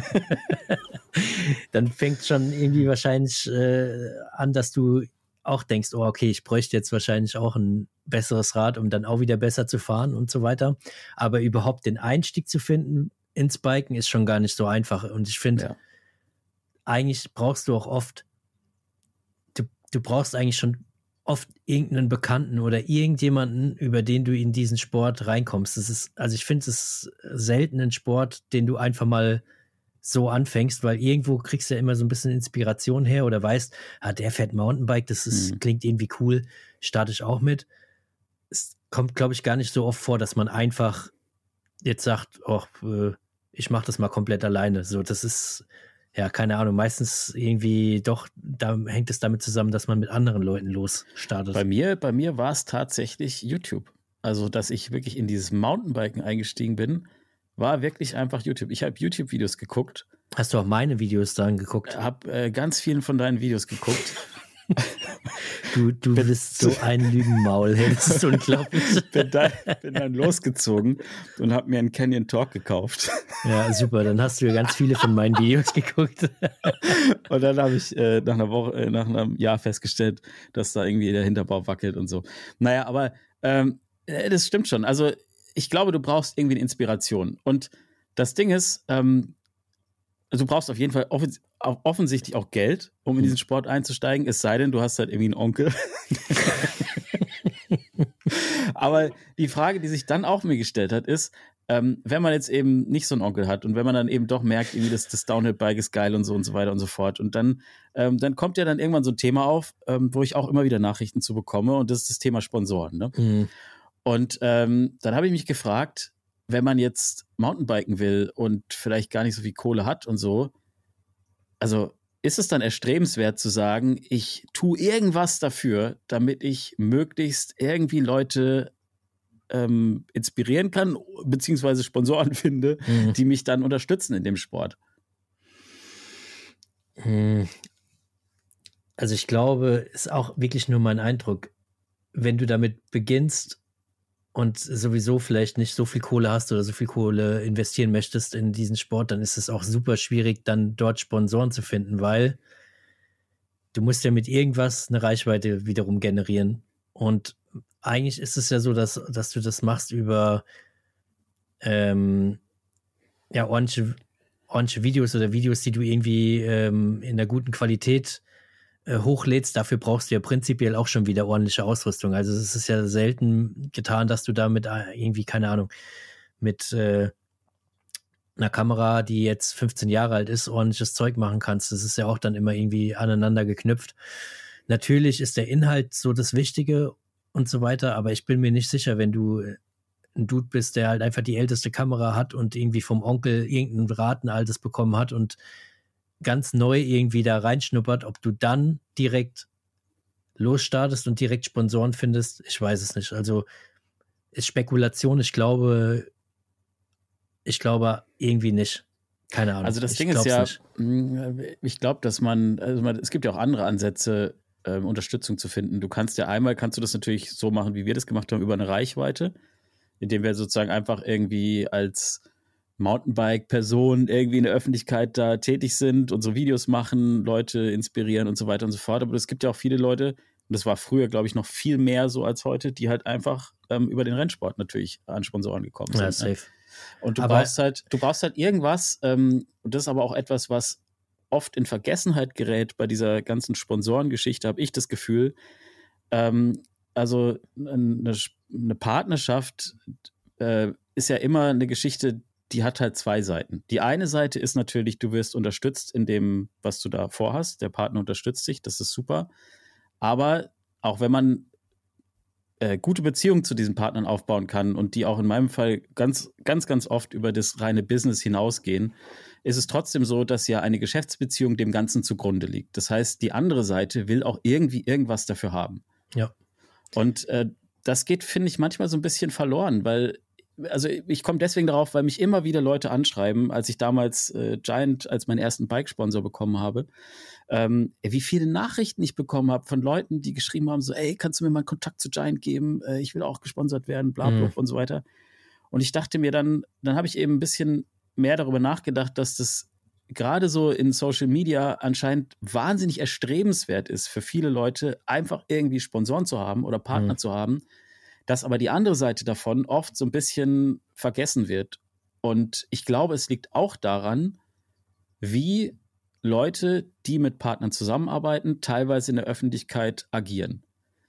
dann fängt schon irgendwie wahrscheinlich äh, an, dass du auch denkst, oh, okay, ich bräuchte jetzt wahrscheinlich auch ein besseres Rad, um dann auch wieder besser zu fahren und so weiter. Aber überhaupt den Einstieg zu finden ins Biken ist schon gar nicht so einfach. Und ich finde,
Ja.
eigentlich brauchst du auch oft Du, du brauchst eigentlich schon oft irgendeinen Bekannten oder irgendjemanden, über den du in diesen Sport reinkommst. Das ist, also ich finde, es ist selten ein Sport, den du einfach mal so anfängst, weil irgendwo kriegst du ja immer so ein bisschen Inspiration her oder weißt, ah, der fährt Mountainbike, das ist,
Mhm.
klingt irgendwie cool, starte ich auch mit. Es kommt, glaube ich, gar nicht so oft vor, dass man einfach jetzt sagt, oh, äh, ich mache das mal komplett alleine. So, das ist, ja, keine Ahnung, meistens irgendwie doch, da hängt es damit zusammen, dass man mit anderen Leuten losstartet.
Bei mir, bei mir war es tatsächlich YouTube. Also, dass ich wirklich in dieses Mountainbiken eingestiegen bin, war wirklich einfach YouTube. Ich habe YouTube-Videos geguckt.
Hast du auch meine Videos dann geguckt?
Habe äh, ganz vielen von deinen Videos geguckt.
Du, du bist so ein Lügenmaul, hey, das ist unglaublich.
bin, dann, bin dann losgezogen und habe mir einen Canyon Talk gekauft.
Ja, super, dann hast du ja ganz viele von meinen Videos geguckt.
Und dann habe ich äh, nach einer Woche, äh, nach einem Jahr festgestellt, dass da irgendwie der Hinterbau wackelt und so. Naja, aber ähm, das stimmt schon. Also ich glaube, du brauchst irgendwie eine Inspiration. Und das Ding ist, ähm, also du brauchst auf jeden Fall offens- offensichtlich auch Geld, um in diesen Sport einzusteigen, es sei denn, du hast halt irgendwie einen Onkel. Aber die Frage, die sich dann auch mir gestellt hat, ist, ähm, wenn man jetzt eben nicht so einen Onkel hat und wenn man dann eben doch merkt, irgendwie das, das Downhill-Bike ist geil und so und so weiter und so fort und dann, ähm, dann kommt ja dann irgendwann so ein Thema auf, ähm, wo ich auch immer wieder Nachrichten zu bekomme und das ist das Thema Sponsoren. Ne?
Mhm.
Und ähm, dann habe ich mich gefragt, wenn man jetzt Mountainbiken will und vielleicht gar nicht so viel Kohle hat und so, also ist es dann erstrebenswert zu sagen, ich tue irgendwas dafür, damit ich möglichst irgendwie Leute ähm, inspirieren kann, beziehungsweise Sponsoren finde,
Mhm.
die mich dann unterstützen in dem Sport?
Mhm. Also ich glaube, ist auch wirklich nur mein Eindruck, wenn du damit beginnst und sowieso vielleicht nicht so viel Kohle hast oder so viel Kohle investieren möchtest in diesen Sport, dann ist es auch super schwierig, dann dort Sponsoren zu finden, weil du musst ja mit irgendwas eine Reichweite wiederum generieren. Und eigentlich ist es ja so, dass, dass du das machst über ähm, ja, ordentliche, ordentliche Videos oder Videos, die du irgendwie ähm, in einer guten Qualität äh, hochlädst. Dafür brauchst du ja prinzipiell auch schon wieder ordentliche Ausrüstung. Also es ist ja selten getan, dass du damit äh, irgendwie, keine Ahnung, mit äh, einer Kamera, die jetzt fünfzehn Jahre alt ist, ordentliches Zeug machen kannst. Das ist ja auch dann immer irgendwie aneinander geknüpft. Natürlich ist der Inhalt so das Wichtige und so weiter, aber ich bin mir nicht sicher, wenn du ein Dude bist, der halt einfach die älteste Kamera hat und irgendwie vom Onkel irgendein Rad, ein altes bekommen hat und ganz neu irgendwie da reinschnuppert, ob du dann direkt losstartest und direkt Sponsoren findest, ich weiß es nicht. Also ist Spekulation, ich glaube, ich glaube irgendwie nicht. Keine Ahnung.
Also das
ich
Ding ist ja,
nicht.
ich glaube, dass man, also man, es gibt ja auch andere Ansätze, ähm, Unterstützung zu finden. Du kannst ja einmal, kannst du das natürlich so machen, wie wir das gemacht haben, über eine Reichweite, indem wir sozusagen einfach irgendwie als Mountainbike-Personen irgendwie in der Öffentlichkeit da tätig sind und so Videos machen, Leute inspirieren und so weiter und so fort. Aber es gibt ja auch viele Leute, und das war früher, glaube ich, noch viel mehr so als heute, die halt einfach ähm, über den Rennsport natürlich an Sponsoren gekommen sind.
Ja,
ne?
safe.
Und du
Aber-
brauchst halt, du brauchst halt irgendwas, ähm, und das ist aber auch etwas, was oft in Vergessenheit gerät bei dieser ganzen Sponsorengeschichte, habe ich das Gefühl. Ähm, also eine, eine Partnerschaft äh, ist ja immer eine Geschichte, die hat halt zwei Seiten. Die eine Seite ist natürlich, du wirst unterstützt in dem, was du da vorhast. Der Partner unterstützt dich, das ist super. Aber auch wenn man äh, gute Beziehungen zu diesen Partnern aufbauen kann und die auch in meinem Fall ganz, ganz, ganz oft über das reine Business hinausgehen, ist es trotzdem so, dass ja eine Geschäftsbeziehung dem Ganzen zugrunde liegt. Das heißt, die andere Seite will auch irgendwie irgendwas dafür haben.
Ja.
Und äh, das geht, finde ich, manchmal so ein bisschen verloren, weil, also ich komme deswegen darauf, weil mich immer wieder Leute anschreiben, als ich damals äh, Giant als meinen ersten Bike-Sponsor bekommen habe, ähm, wie viele Nachrichten ich bekommen habe von Leuten, die geschrieben haben, so, ey, kannst du mir mal einen Kontakt zu Giant geben? Äh, ich will auch gesponsert werden, bla bla
Mhm.
und so weiter. Und ich dachte mir dann, dann habe ich eben ein bisschen mehr darüber nachgedacht, dass das gerade so in Social Media anscheinend wahnsinnig erstrebenswert ist für viele Leute, einfach irgendwie Sponsoren zu haben oder Partner
Mhm.
zu haben, dass aber die andere Seite davon oft so ein bisschen vergessen wird. Und ich glaube, es liegt auch daran, wie Leute, die mit Partnern zusammenarbeiten, teilweise in der Öffentlichkeit agieren.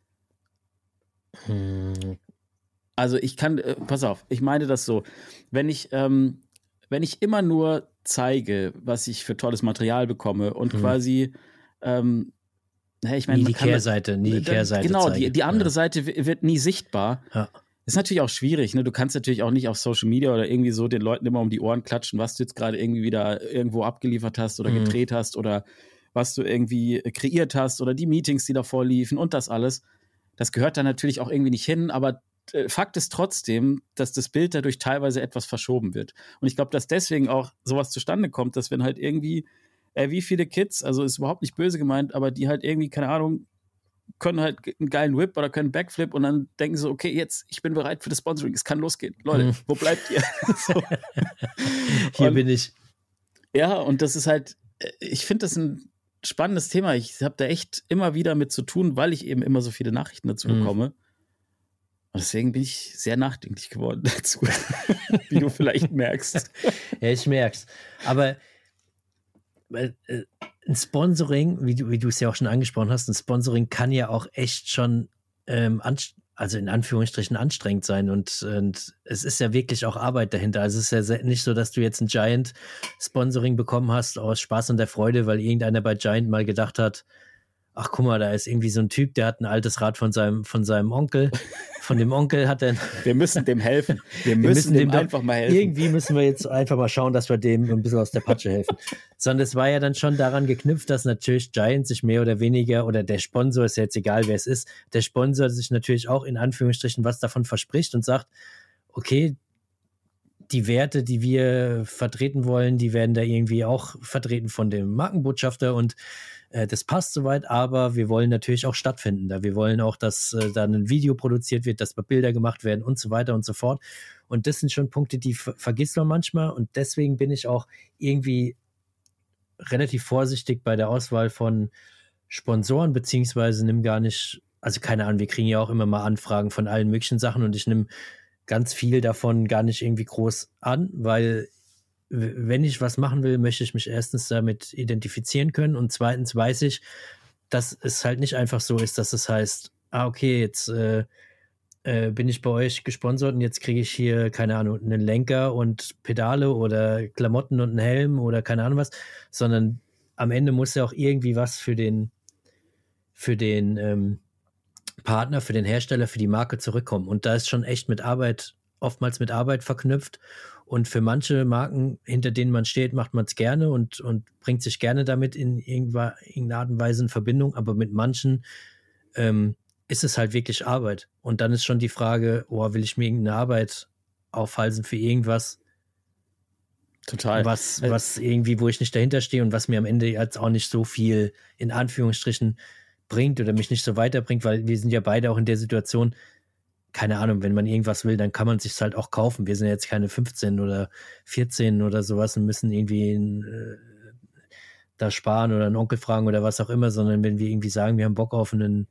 Mhm.
Also ich kann, äh, pass auf, ich meine das so, wenn ich, ähm, wenn ich immer nur zeige, was ich für tolles Material bekomme und
Mhm.
quasi, ähm, naja, ich meine,
Nie
man
die
kann,
Kehrseite, nie die
dann-
Kehrseite
genau, die,
zeigen.
die andere
Ja.
Seite w- wird nie sichtbar.
Ja.
Ist natürlich auch schwierig, ne? Du kannst natürlich auch nicht auf Social Media oder irgendwie so den Leuten immer um die Ohren klatschen, was du jetzt gerade irgendwie wieder irgendwo abgeliefert hast oder
Mhm.
gedreht hast oder was du irgendwie kreiert hast oder die Meetings, die davor liefen und das alles. Das gehört dann natürlich auch irgendwie nicht hin, aber äh, Fakt ist trotzdem, dass das Bild dadurch teilweise etwas verschoben wird. Und ich glaube, dass deswegen auch sowas zustande kommt, dass wenn halt irgendwie, äh, wie viele Kids, also ist überhaupt nicht böse gemeint, aber die halt irgendwie, keine Ahnung, können halt einen geilen Whip oder können einen Backflip und dann denken sie so, okay, jetzt, ich bin bereit für das Sponsoring, es kann losgehen. Leute,
Mhm.
wo bleibt ihr? So.
Hier
Und-
bin ich.
Ja, und das ist halt, äh, ich finde das ein spannendes Thema. Ich habe da echt immer wieder mit zu tun, weil ich eben immer so viele Nachrichten dazu
Mhm.
bekomme. Und deswegen bin ich sehr nachdenklich geworden dazu, wie du vielleicht merkst.
Ja, ich merk's. Aber weil, äh, ein Sponsoring, wie du, wie du es ja auch schon angesprochen hast, ein Sponsoring kann ja auch echt schon, ähm, anst- also in Anführungsstrichen anstrengend sein und, und es ist ja wirklich auch Arbeit dahinter. Also es ist ja se- nicht so, dass du jetzt ein Giant-Sponsoring bekommen hast aus Spaß und der Freude, weil irgendeiner bei Giant mal gedacht hat, ach guck mal, da ist irgendwie so ein Typ, der hat ein altes Rad von seinem, von seinem Onkel. Von dem Onkel hat er.
Wir müssen dem helfen. Wir
Wir
müssen,
müssen
dem
dem doch
einfach mal helfen.
Irgendwie müssen wir jetzt einfach mal schauen, dass wir dem ein bisschen aus der Patsche helfen. Sondern es war ja dann schon daran geknüpft, dass natürlich Giant sich mehr oder weniger, oder der Sponsor, ist ja jetzt egal, wer es ist, der Sponsor sich natürlich auch in Anführungsstrichen was davon verspricht und sagt, okay, die Werte, die wir vertreten wollen, die werden da irgendwie auch vertreten von dem Markenbotschafter und äh, das passt soweit, aber wir wollen natürlich auch stattfinden da. Wir wollen auch, dass äh, da ein Video produziert wird, dass Bilder gemacht werden und so weiter und so fort. Und das sind schon Punkte, die ver- vergisst man manchmal und deswegen bin ich auch irgendwie relativ vorsichtig bei der Auswahl von Sponsoren, beziehungsweise nimm gar nicht, also keine Ahnung, wir kriegen ja auch immer mal Anfragen von allen möglichen Sachen und ich nehme ganz viel davon gar nicht irgendwie groß an, weil w- wenn ich was machen will, möchte ich mich erstens damit identifizieren können und zweitens weiß ich, dass es halt nicht einfach so ist, dass es heißt, ah, okay, jetzt äh, äh, bin ich bei euch gesponsert und jetzt kriege ich hier, keine Ahnung, einen Lenker und Pedale oder Klamotten und einen Helm oder keine Ahnung was, sondern am Ende muss ja auch irgendwie was für den, für den ähm, Partner, für den Hersteller, für die Marke zurückkommen. Und da ist schon echt mit Arbeit, oftmals mit Arbeit verknüpft. Und für manche Marken, hinter denen man steht, macht man es gerne und, und bringt sich gerne damit in irgendwa- irgendeiner Art und Weise in Verbindung. Aber mit manchen ähm, ist es halt wirklich Arbeit. Und dann ist schon die Frage, oh, will ich mir irgendeine Arbeit aufhalsen für irgendwas,
Total.
was,
Äh,
was irgendwie, wo ich nicht dahinter stehe und was mir am Ende jetzt auch nicht so viel in Anführungsstrichen bringt oder mich nicht so weiterbringt, weil wir sind ja beide auch in der Situation, keine Ahnung, wenn man irgendwas will, dann kann man sich halt auch kaufen. Wir sind jetzt keine fünfzehn oder vierzehn oder sowas und müssen irgendwie äh, da sparen oder einen Onkel fragen oder was auch immer, sondern wenn wir irgendwie sagen, wir haben Bock auf einen,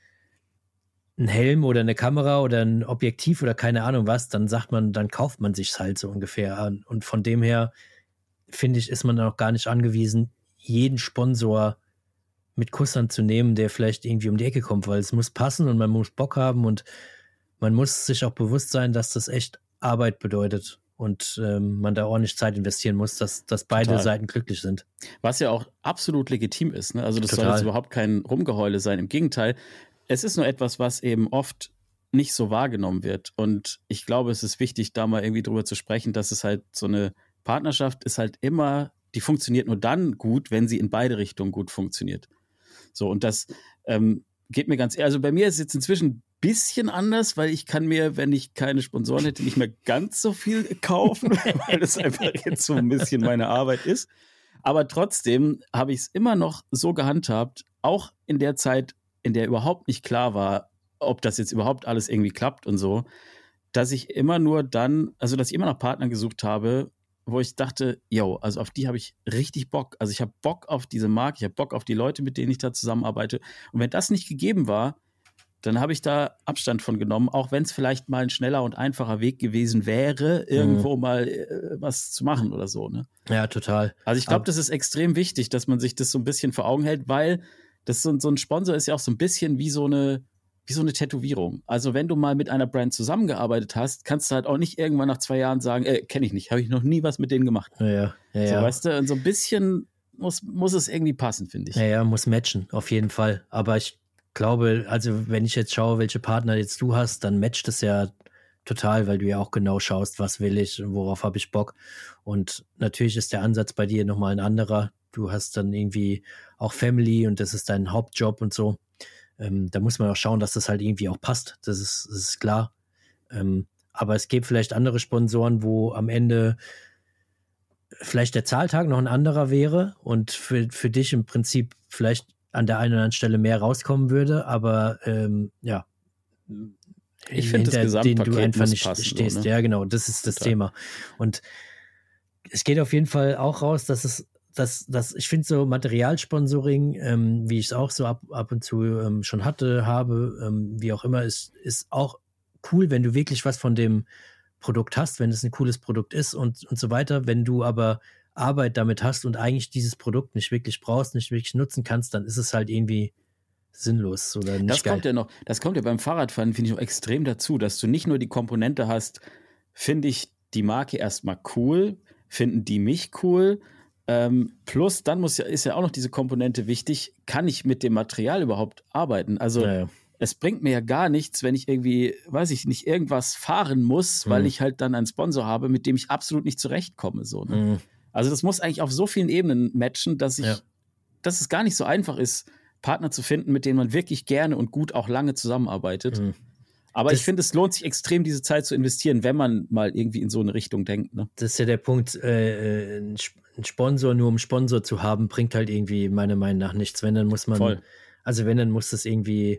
einen Helm oder eine Kamera oder ein Objektiv oder keine Ahnung was, dann sagt man, dann kauft man sich's halt so ungefähr an. Und von dem her, finde ich, ist man auch gar nicht angewiesen, jeden Sponsor mit Kusshand zu nehmen, der vielleicht irgendwie um die Ecke kommt, weil es muss passen und man muss Bock haben und man muss sich auch bewusst sein, dass das echt Arbeit bedeutet und ähm, man da ordentlich Zeit investieren muss, dass, dass beide
Total.
Seiten glücklich sind.
Was ja auch absolut legitim ist. Ne? Also das
Total.
soll jetzt überhaupt kein Rumgeheule sein. Im Gegenteil, es ist nur etwas, was eben oft nicht so wahrgenommen wird. Und ich glaube, es ist wichtig, da mal irgendwie drüber zu sprechen, dass es halt so eine Partnerschaft ist halt immer, die funktioniert nur dann gut, wenn sie in beide Richtungen gut funktioniert. So, und das ähm, geht mir ganz ehrlich, also bei mir ist es jetzt inzwischen ein bisschen anders, weil ich kann mir, wenn ich keine Sponsoren hätte, nicht mehr ganz so viel kaufen, weil das einfach jetzt so ein bisschen meine Arbeit ist. Aber trotzdem habe ich es immer noch so gehandhabt, auch in der Zeit, in der überhaupt nicht klar war, ob das jetzt überhaupt alles irgendwie klappt und so, dass ich immer nur dann, also dass ich immer nach Partnern gesucht habe, wo ich dachte, yo, also auf die habe ich richtig Bock. Also ich habe Bock auf diese Marke, ich habe Bock auf die Leute, mit denen ich da zusammenarbeite. Und wenn das nicht gegeben war, dann habe ich da Abstand von genommen, auch wenn es vielleicht mal ein schneller und einfacher Weg gewesen wäre, irgendwo mhm. mal äh, was zu machen oder so. Ne?
Ja, total.
Also ich glaube, das ist extrem wichtig, dass man sich das so ein bisschen vor Augen hält, weil das so, so ein Sponsor ist ja auch so ein bisschen wie so eine wie so eine Tätowierung. Also wenn du mal mit einer Brand zusammengearbeitet hast, kannst du halt auch nicht irgendwann nach zwei Jahren sagen, äh, kenne ich nicht, habe ich noch nie was mit denen gemacht.
Ja, ja, ja.
So, weißt du, und so ein bisschen muss, muss es irgendwie passen, finde ich.
Ja, ja, muss matchen, auf jeden Fall. Aber ich glaube, also wenn ich jetzt schaue, welche Partner jetzt du hast, dann matcht es ja total, weil du ja auch genau schaust, was will ich, worauf habe ich Bock. Und natürlich ist der Ansatz bei dir nochmal ein anderer. Du hast dann irgendwie auch Family und das ist dein Hauptjob und so. Ähm, da muss man auch schauen, dass das halt irgendwie auch passt. Das ist, das ist klar. Ähm, aber es gibt vielleicht andere Sponsoren, wo am Ende vielleicht der Zahltag noch ein anderer wäre und für, für dich im Prinzip vielleicht an der einen oder anderen Stelle mehr rauskommen würde, aber ähm, ja,
ich finde das Gesamtpaket
du einfach nicht
passen,
stehst.
So, ne?
Ja, genau, das ist das
Total.
Thema. Und es geht auf jeden Fall auch raus, dass es Das, das, ich finde so Materialsponsoring, ähm, wie ich es auch so ab, ab und zu ähm, schon hatte, habe, ähm, wie auch immer, ist, ist auch cool, wenn du wirklich was von dem Produkt hast, wenn es ein cooles Produkt ist und, und so weiter. Wenn du aber Arbeit damit hast und eigentlich dieses Produkt nicht wirklich brauchst, nicht wirklich nutzen kannst, dann ist es halt irgendwie sinnlos oder nicht
das
geil.
Kommt ja noch, das kommt ja beim Fahrradfahren, finde ich, auch extrem dazu, dass du nicht nur die Komponente hast, finde ich die Marke erstmal cool, finden die mich cool, Ähm, plus, dann muss ja, ist ja auch noch diese Komponente wichtig, kann ich mit dem Material überhaupt arbeiten? Also
Ja, ja.
es bringt mir ja gar nichts, wenn ich irgendwie, weiß ich nicht, irgendwas fahren muss,
Mhm.
weil ich halt dann einen Sponsor habe, mit dem ich absolut nicht zurechtkomme. So, ne?
Mhm.
Also das muss eigentlich auf so vielen Ebenen matchen, dass ich,
Ja.
dass es gar nicht so einfach ist, Partner zu finden, mit denen man wirklich gerne und gut auch lange zusammenarbeitet.
Mhm.
Aber
Das-
ich finde, es lohnt sich extrem, diese Zeit zu investieren, wenn man mal irgendwie in so eine Richtung denkt. Ne?
Das ist ja der Punkt, äh, ein Sp- ein Sponsor nur um Sponsor zu haben, bringt halt irgendwie meiner Meinung nach nichts. Wenn, dann muss man,
Voll.
also wenn, dann muss das irgendwie,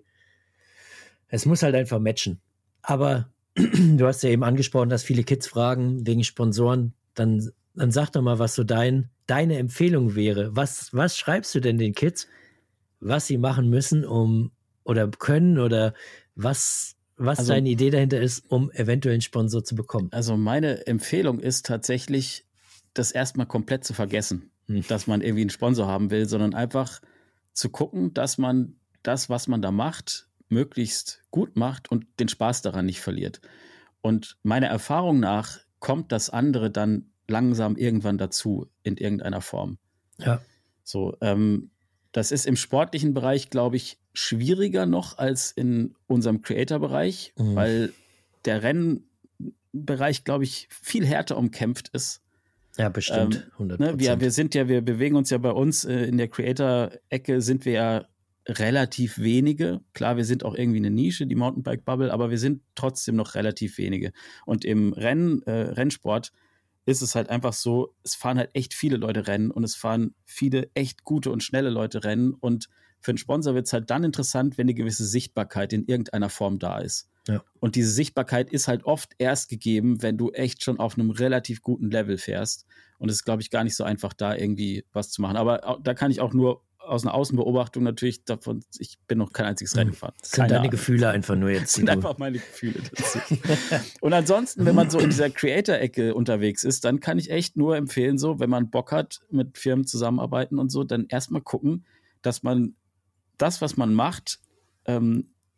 es muss halt einfach matchen. Aber du hast ja eben angesprochen, dass viele Kids fragen wegen Sponsoren, dann, dann sag doch mal, was so dein, deine Empfehlung wäre. Was, was schreibst du denn den Kids, was sie machen müssen, um, oder können, oder was, was
Also-
deine Idee dahinter ist, um eventuell einen Sponsor zu bekommen?
Also meine Empfehlung ist tatsächlich, das erstmal komplett zu vergessen,
Hm.
dass man irgendwie einen Sponsor haben will, sondern einfach zu gucken, dass man das, was man da macht, möglichst gut macht und den Spaß daran nicht verliert. Und meiner Erfahrung nach kommt das andere dann langsam irgendwann dazu in irgendeiner Form.
Ja.
So, ähm, das ist im sportlichen Bereich, glaube ich, schwieriger noch als in unserem Creator-Bereich,
Mhm.
weil der Rennbereich, glaube ich, viel härter umkämpft ist.
Ja, bestimmt.
Ähm,
hundert
Ne,
Prozent.
wir, wir sind ja, wir bewegen uns ja bei uns äh, in der Creator-Ecke sind wir ja relativ wenige. Klar, wir sind auch irgendwie eine Nische, die Mountainbike-Bubble, aber wir sind trotzdem noch relativ wenige. Und im Rennen, äh, Rennsport ist es halt einfach so, es fahren halt echt viele Leute Rennen und es fahren viele echt gute und schnelle Leute Rennen. Und für einen Sponsor wird es halt dann interessant, wenn eine gewisse Sichtbarkeit in irgendeiner Form da ist.
Ja.
Und diese Sichtbarkeit ist halt oft erst gegeben, wenn du echt schon auf einem relativ guten Level fährst. Und es ist, glaube ich, gar nicht so einfach, da irgendwie was zu machen. Aber auch, da kann ich auch nur aus einer Außenbeobachtung natürlich davon, ich bin noch kein einziges Rennen gefahren.
Das sind
Keine
deine
Ahnung.
Gefühle einfach nur jetzt.
Das
die
sind
du-
einfach meine Gefühle dazu. Und ansonsten, wenn man so in dieser Creator-Ecke unterwegs ist, dann kann ich echt nur empfehlen, so, wenn man Bock hat, mit Firmen zusammenarbeiten und so, dann erstmal gucken, dass man das, was man macht, ähm,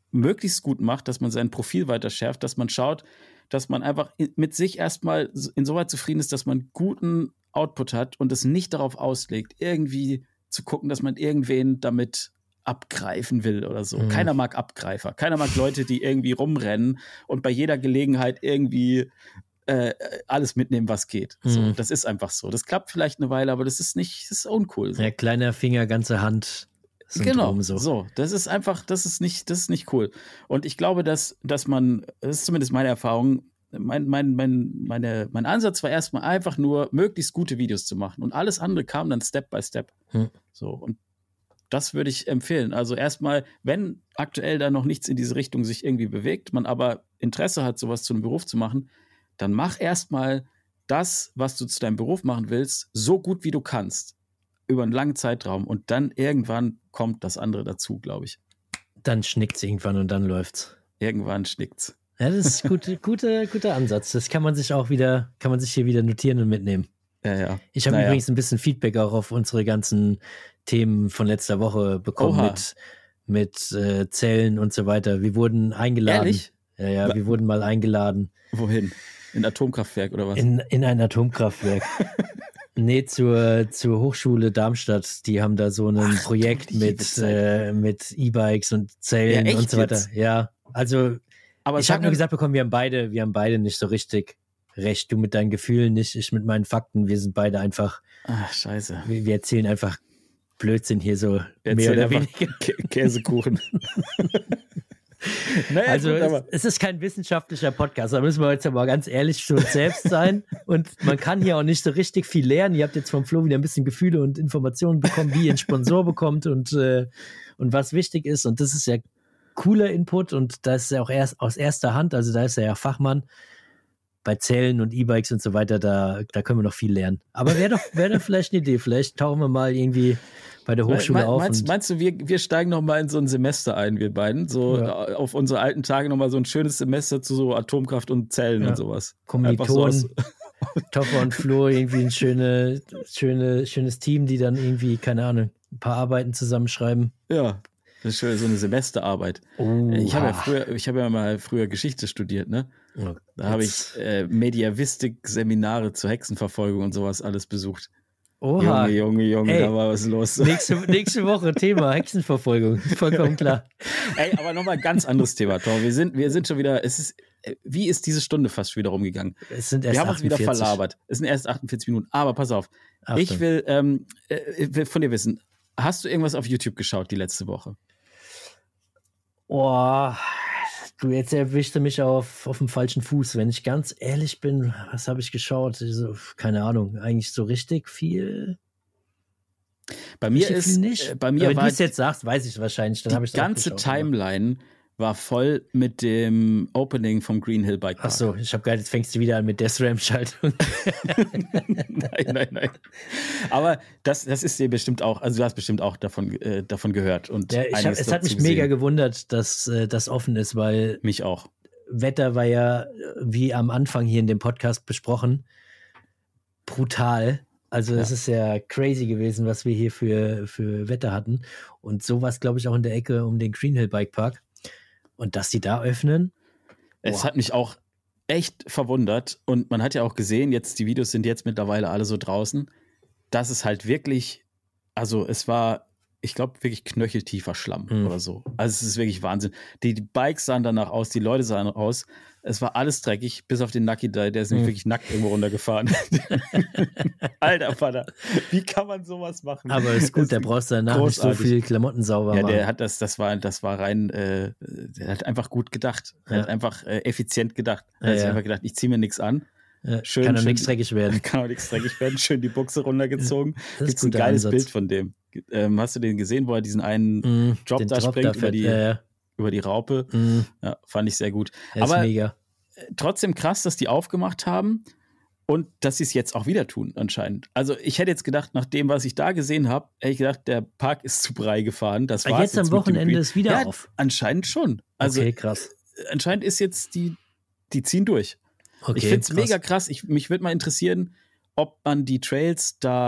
möglichst gut macht, dass man sein Profil weiter schärft, dass man schaut, dass man einfach mit sich erstmal insoweit zufrieden ist, dass man guten Output hat und es nicht darauf auslegt, irgendwie zu gucken, dass man irgendwen damit abgreifen will oder so. Mhm. Keiner mag Abgreifer. Keiner mag Leute, die irgendwie rumrennen und bei jeder Gelegenheit irgendwie äh, alles mitnehmen, was geht. Mhm. So, das ist einfach so. Das klappt vielleicht eine Weile, aber das ist nicht, das ist uncool. So.
Ja, kleiner Finger, ganze Hand.
Genau,
so.
so. Das ist einfach, das ist nicht, das ist nicht cool. Und ich glaube, dass, dass man, das ist zumindest meine Erfahrung, mein, mein, mein, meine, mein Ansatz war erstmal einfach nur, möglichst gute Videos zu machen. Und alles andere kam dann Step by Step. Hm. So, und das würde ich empfehlen. Also erstmal, wenn aktuell da noch nichts in diese Richtung sich irgendwie bewegt, man aber Interesse hat, sowas zu einem Beruf zu machen, dann mach erstmal das, was du zu deinem Beruf machen willst, so gut wie du kannst. Über einen langen Zeitraum. Und dann irgendwann kommt das andere dazu, glaube ich.
Dann schnickt's irgendwann und dann läuft's.
Irgendwann schnickt's.
Ja, das ist ein guter, guter, guter Ansatz. Das kann man sich auch wieder, kann man sich hier wieder notieren und mitnehmen.
Ja, ja.
Ich habe
naja.
übrigens ein bisschen Feedback auch auf unsere ganzen Themen von letzter Woche bekommen. Oha. mit, mit äh, Zellen und so weiter. Wir wurden eingeladen.
Ehrlich?
Ja, ja, wir wurden mal eingeladen.
Wohin? In ein Atomkraftwerk oder was?
In, in ein Atomkraftwerk. Nee, zur, zur Hochschule Darmstadt. Die haben da so ein Ach, Projekt mit, äh, mit E-Bikes und Zellen ja, und so weiter. Jetzt? Ja, also Aber ich habe nur gesagt bekommen, wir haben beide, wir haben beide nicht so richtig recht. Du mit deinen Gefühlen nicht, ich mit meinen Fakten. Wir sind beide einfach.
Ach, scheiße.
Wir, wir erzählen einfach Blödsinn hier so
wir mehr oder weniger. Kä- Käsekuchen.
Naja, also gut, aber es ist kein wissenschaftlicher Podcast, da müssen wir jetzt aber ganz ehrlich zu uns selbst sein und man kann hier auch nicht so richtig viel lernen. Ihr habt jetzt vom Flo wieder ein bisschen Gefühle und Informationen bekommen, wie ihr einen Sponsor bekommt und, äh, und was wichtig ist und das ist ja cooler Input und das ist ja auch erst aus erster Hand, also da ist er ja Fachmann bei Zellen und E-Bikes und so weiter, da, da können wir noch viel lernen. Aber wäre doch, wär doch vielleicht eine Idee, vielleicht tauchen wir mal irgendwie bei der Hochschule
Me-
auf.
Meinst, meinst du, wir, wir steigen noch mal in so ein Semester ein, wir beiden? So ja. auf unsere alten Tage noch mal so ein schönes Semester zu so Atomkraft und Zellen ja. und sowas.
Kommilitonen, so Topper und Flo, irgendwie ein schöne, schöne, schönes Team, die dann irgendwie, keine Ahnung, ein paar Arbeiten zusammenschreiben.
Ja, das ist schön, so eine Semesterarbeit. Oh, ich habe ja früher, ich habe ja mal früher Geschichte studiert, ne? Oh, da habe ich äh, Mediavistik-Seminare zur Hexenverfolgung und sowas alles besucht.
Oha.
Junge, Junge, Junge,
Ey,
da war was los.
Nächste, nächste Woche Thema Hexenverfolgung, vollkommen klar.
Ey, aber nochmal ein ganz anderes Thema, Tor. Wir sind, wir sind schon wieder, es ist, wie ist diese Stunde fast schon wieder rumgegangen?
Es sind erst
wir haben
achtundvierzig.
uns wieder verlabert. Es sind erst achtundvierzig Minuten, aber pass auf. Achtung. Ich will, ähm, ich will von dir wissen, hast du irgendwas auf YouTube geschaut die letzte Woche?
Oh, du, jetzt erwischst du mich auf, auf dem falschen Fuß. Wenn ich ganz ehrlich bin, was habe ich geschaut? So, keine Ahnung, eigentlich so richtig viel.
Bei mir ist,
nicht.
Äh, bei mir
wenn
war
du es jetzt sagst, weiß ich wahrscheinlich. Dann
die
ich
ganze Timeline war voll mit dem Opening vom Green Hill Bike Park.
Ach so, ich habe gedacht, jetzt fängst du wieder an mit der SRAM-Schaltung.
nein, nein, nein. Aber das, das ist dir bestimmt auch, also du hast bestimmt auch davon, äh, davon gehört. Und
ja, ich hab, es hat mich gesehen. mega gewundert, dass äh, das offen ist, weil
mich auch.
Wetter war ja, wie am Anfang hier in dem Podcast besprochen, brutal. Also es ja. ist ja crazy gewesen, was wir hier für, für Wetter hatten. Und sowas, glaube ich, auch in der Ecke um den Green Hill Bike Park. Und dass die da öffnen.
Es boah. hat mich auch echt verwundert. Und man hat ja auch gesehen, jetzt die Videos sind jetzt mittlerweile alle so draußen, dass es halt wirklich, also es war, ich glaube, wirklich knöcheltiefer Schlamm mhm. oder so. Also es ist wirklich Wahnsinn. Die, die Bikes sahen danach aus, die Leute sahen aus. Es war alles dreckig, bis auf den Nucky Guy, der ist nämlich mhm. wirklich nackt irgendwo runtergefahren. Alter Vater, wie kann man sowas machen?
Aber ist gut, der brauchst danach nicht so viel Klamotten sauber
ja,
machen.
Ja, der hat das, das war, das war rein, äh, der hat einfach gut gedacht. Er ja. hat einfach äh, effizient gedacht. Er ja, hat sich ja. einfach gedacht, ich ziehe mir nichts an.
Ja, schön, kann doch nichts dreckig werden.
Kann auch nichts dreckig werden. Schön die Buchse runtergezogen. Gibt ein geiles Ansatz. Bild von dem. Ähm, hast du den gesehen, wo er diesen einen mm, Drop da Drop springt da über, die, ja, ja. über die Raupe? Mm. Ja, fand ich sehr gut.
Ja,
aber
ist mega.
Trotzdem krass, dass die aufgemacht haben und dass sie es jetzt auch wieder tun anscheinend. Also ich hätte jetzt gedacht, nach dem, was ich da gesehen habe, hätte ich gedacht, der Park ist zu Brei gefahren. Das war's
jetzt, jetzt am Wochenende ist wieder ja, auf?
Anscheinend schon. Also,
okay, krass.
Anscheinend ist jetzt die, die ziehen durch.
Okay,
ich finde es mega krass. Ich, mich würde mal interessieren, ob man die Trails da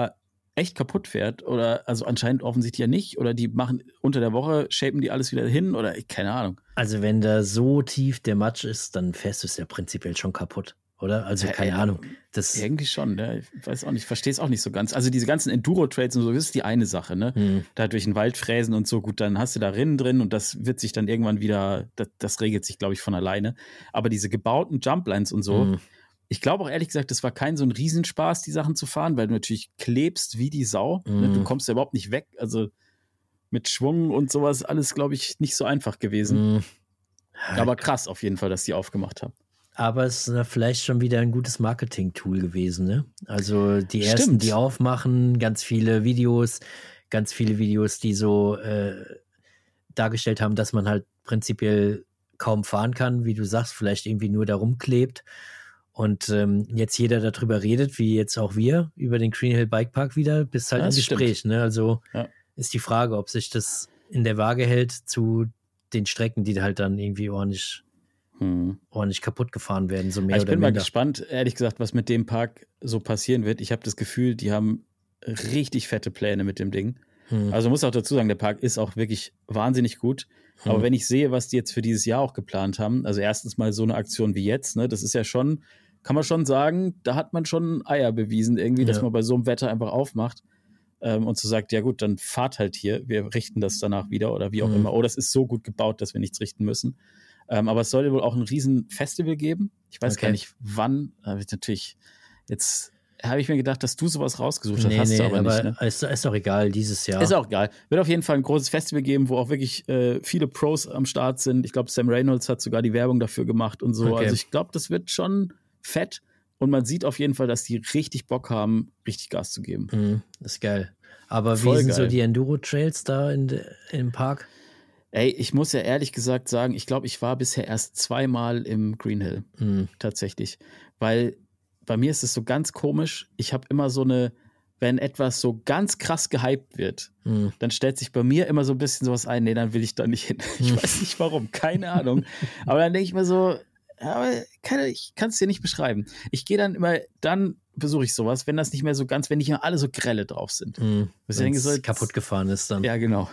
echt kaputt fährt oder also anscheinend offensichtlich ja nicht oder die machen unter der Woche, shapen die alles wieder hin oder ich, keine Ahnung.
Also wenn da so tief der Matsch ist, dann fährst du es ja prinzipiell schon kaputt, oder? Also
Ja,
keine
ja,
Ahnung. Das,
Irgendwie schon, ne? Ich weiß auch nicht, verstehe es auch nicht so ganz. Also diese ganzen Enduro-Trails und so, das ist die eine Sache, ne?
Hm.
Da durch den Wald fräsen und so, gut, dann hast du da Rinnen drin und das wird sich dann irgendwann wieder, das, das regelt sich, glaube ich, von alleine. Aber diese gebauten Jumplines und so,
Hm.
ich glaube auch ehrlich gesagt, das war kein so ein Riesenspaß, die Sachen zu fahren, weil du natürlich klebst wie die Sau. Ne?
Mhm.
Du kommst ja überhaupt nicht weg. Also mit Schwung und sowas, alles, glaube ich, nicht so einfach gewesen.
Hm.
Aber krass auf jeden Fall, dass die aufgemacht haben.
Aber es ist vielleicht schon wieder ein gutes Marketing-Tool gewesen, ne? Also die ersten,
Stimmt.
die aufmachen, ganz viele Videos, ganz viele Videos, die so äh, dargestellt haben, dass man halt prinzipiell kaum fahren kann, wie du sagst, vielleicht irgendwie nur da rumklebt. Und ähm, jetzt jeder darüber redet, wie jetzt auch wir, über den Green Hill Bike Park wieder, bist halt
Ja,
im
das
Gespräch,
stimmt.
ne? Also
Ja.
ist die Frage, ob sich das in der Waage hält zu den Strecken, die halt dann irgendwie ordentlich
Hm.
ordentlich kaputt gefahren werden, so mehr
Ich
oder
bin mal
minder.
gespannt, ehrlich gesagt, was mit dem Park so passieren wird. Ich habe das Gefühl, die haben richtig fette Pläne mit dem Ding.
Hm.
Also muss auch dazu sagen, der Park ist auch wirklich wahnsinnig gut. Aber
Hm.
wenn ich sehe, was die jetzt für dieses Jahr auch geplant haben, also erstens mal so eine Aktion wie jetzt, ne, das ist ja schon, kann man schon sagen, da hat man schon Eier bewiesen irgendwie, dass
Ja.
man bei so einem Wetter einfach aufmacht ähm, und so sagt, ja gut, dann fahrt halt hier, wir richten das danach wieder oder wie auch
Hm.
immer. Oh, das ist so gut gebaut, dass wir nichts richten müssen. Ähm, aber es soll wohl auch ein riesen Festival geben. Ich weiß
Okay.
gar nicht, wann. Habe ich natürlich jetzt habe ich mir gedacht, dass du sowas rausgesucht hast.
Nee,
Hast
nee,
du aber,
aber
nicht. Ne?
ist, ist doch egal, dieses Jahr.
Ist auch egal. Wird auf jeden Fall ein großes Festival geben, wo auch wirklich äh, viele Pros am Start sind. Ich glaube, Sam Reynolds hat sogar die Werbung dafür gemacht und so.
Okay.
Also ich glaube, das wird schon fett. Und man sieht auf jeden Fall, dass die richtig Bock haben, richtig Gas zu geben.
Hm, ist geil. Aber
Voll
wie sind
geil.
so die Enduro-Trails da in de, im Park?
Ey, ich muss ja ehrlich gesagt sagen, ich glaube, ich war bisher erst zweimal im Green Hill.
Hm.
Tatsächlich. Weil bei mir ist es so ganz komisch. Ich habe immer so eine, wenn etwas so ganz krass gehypt wird,
Hm.
dann stellt sich bei mir immer so ein bisschen sowas ein, nee, dann will ich da nicht hin. Ich
Hm.
weiß nicht warum, keine Ahnung. Aber dann denke ich mir so, ja, aber keine, ich kann es dir nicht beschreiben. Ich gehe dann immer, dann besuche ich sowas, wenn das nicht mehr so ganz, wenn nicht mehr alle so grelle drauf sind.
Hm.
Was ich denke,
Wenn's
so jetzt-
kaputt gefahren ist dann.
Ja, genau.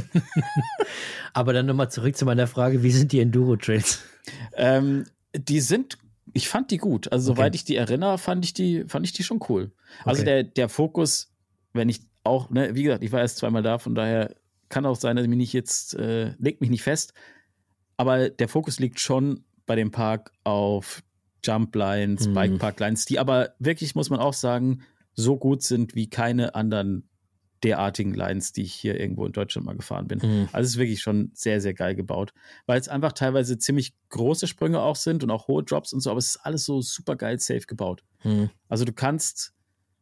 Aber dann nochmal zurück zu meiner Frage, wie sind die Enduro-Trails?
Ähm, die sind, ich fand die gut. Also,
Okay.
soweit ich die erinnere, fand ich die, fand ich die schon cool. Also,
Okay.
der, der Fokus, wenn ich auch, ne, wie gesagt, ich war erst zweimal da, von daher kann auch sein, dass ich mich nicht jetzt, äh, legt mich nicht fest. Aber der Fokus liegt schon bei dem Park auf Jumplines,
Mhm.
Bikeparklines, die aber wirklich, muss man auch sagen, so gut sind wie keine anderen derartigen Lines, die ich hier irgendwo in Deutschland mal gefahren bin.
Hm.
Also es ist wirklich schon sehr, sehr geil gebaut, weil es einfach teilweise ziemlich große Sprünge auch sind und auch hohe Drops und so, aber es ist alles so super geil safe gebaut.
Hm.
Also du kannst,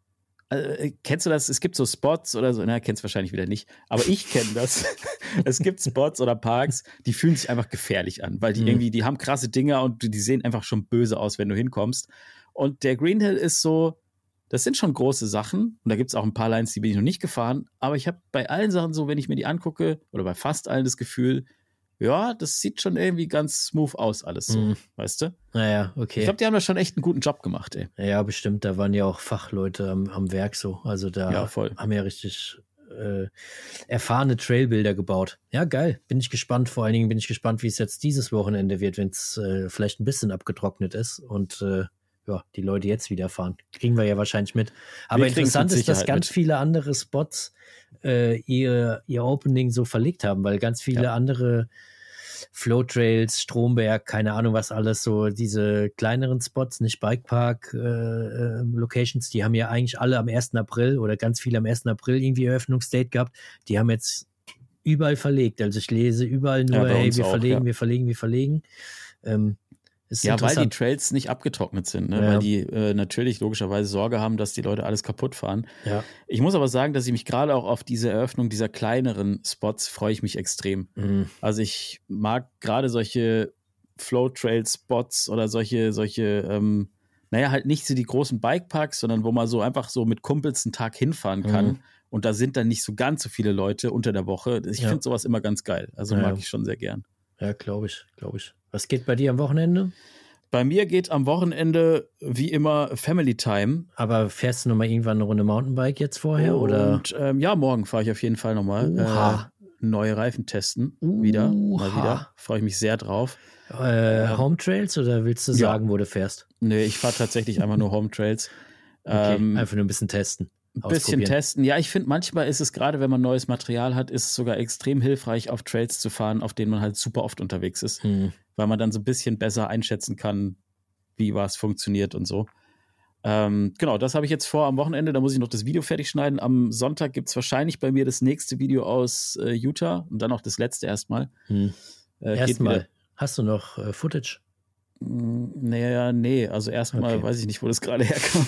äh, kennst du das? Es gibt so Spots oder so, na, kennst du wahrscheinlich wieder nicht, aber ich kenne das. Es gibt Spots oder Parks, die fühlen sich einfach gefährlich an, weil die
Mhm.
irgendwie, die haben krasse Dinger und die sehen einfach schon böse aus, wenn du hinkommst. Und der Green Hill ist so, das sind schon große Sachen und da gibt es auch ein paar Lines, die bin ich noch nicht gefahren, aber ich habe bei allen Sachen so, wenn ich mir die angucke oder bei fast allen das Gefühl, ja, das sieht schon irgendwie ganz smooth aus alles so,
Mhm.
weißt du?
Naja, okay.
Ich glaube, die haben da schon echt einen guten Job gemacht, ey.
Ja, bestimmt. Da waren ja auch Fachleute am, am Werk so. Also da
Ja, voll.
haben ja richtig äh, erfahrene Trailbilder gebaut. Ja, geil. Bin ich gespannt. Vor allen Dingen bin ich gespannt, wie es jetzt dieses Wochenende wird, wenn es äh, vielleicht ein bisschen abgetrocknet ist und äh, ja, die Leute jetzt wieder fahren. Kriegen wir ja wahrscheinlich mit. Aber
Wir kriegen's
interessant
mit
ist, dass
Sicherheit
ganz
mit.
viele andere Spots äh, ihr, ihr Opening so verlegt haben, weil ganz viele
Ja.
andere Flowtrails, Stromberg, keine Ahnung was alles, so diese kleineren Spots, nicht Bikepark äh, äh, Locations, die haben ja eigentlich alle am ersten April oder ganz viele am ersten April irgendwie Eröffnungsdate gehabt. Die haben jetzt überall verlegt. Also ich lese überall nur,
Ja, bei
hey,
uns
wir
auch,
verlegen,
ja.
wir verlegen, wir verlegen. Ähm, ist
Ja, weil die
interessant.
Trails nicht abgetrocknet sind, ne?
Ja.
Weil die äh, natürlich logischerweise Sorge haben, dass die Leute alles kaputt fahren.
Ja.
Ich muss aber sagen, dass ich mich gerade auch auf diese Eröffnung dieser kleineren Spots freue ich mich extrem.
Mhm.
Also ich mag gerade solche Flow-Trail-Spots oder solche, solche, ähm, naja, halt nicht so die großen Bikeparks, sondern wo man so einfach so mit Kumpels einen Tag hinfahren kann.
Mhm.
Und da sind dann nicht so ganz so viele Leute unter der Woche. Ich
Ja.
finde sowas immer ganz geil. Also
Ja,
mag
ja.
ich schon sehr gern.
Ja, glaube ich, glaube ich. Was geht bei dir am Wochenende?
Bei mir geht am Wochenende wie immer Family Time.
Aber fährst du nochmal irgendwann eine Runde Mountainbike jetzt vorher?
Und
oder?
Ähm, ja, morgen fahre ich auf jeden Fall nochmal äh, neue Reifen testen. Uha. Wieder, mal wieder. Freue ich mich sehr drauf.
Äh, ähm, Home Trails oder willst du sagen, ja. wo du fährst?
Nee, ich fahre tatsächlich einfach nur Home Trails.
Okay, ähm, einfach nur ein bisschen testen.
Ein bisschen testen. Ja, ich finde, manchmal ist es gerade, wenn man neues Material hat, ist es sogar extrem hilfreich, auf Trails zu fahren, auf denen man halt super oft unterwegs ist. Hm. Weil man dann so ein bisschen besser einschätzen kann, wie was funktioniert und so. Ähm, genau, das habe ich jetzt vor am Wochenende. Da muss ich noch das Video fertig schneiden. Am Sonntag gibt es wahrscheinlich bei mir das nächste Video aus äh, Utah und dann auch das letzte erstmal.
Hm. Äh, erstmal. Hast du noch äh, Footage?
Naja, nee. Also erstmal okay. weiß ich nicht, wo das gerade herkam.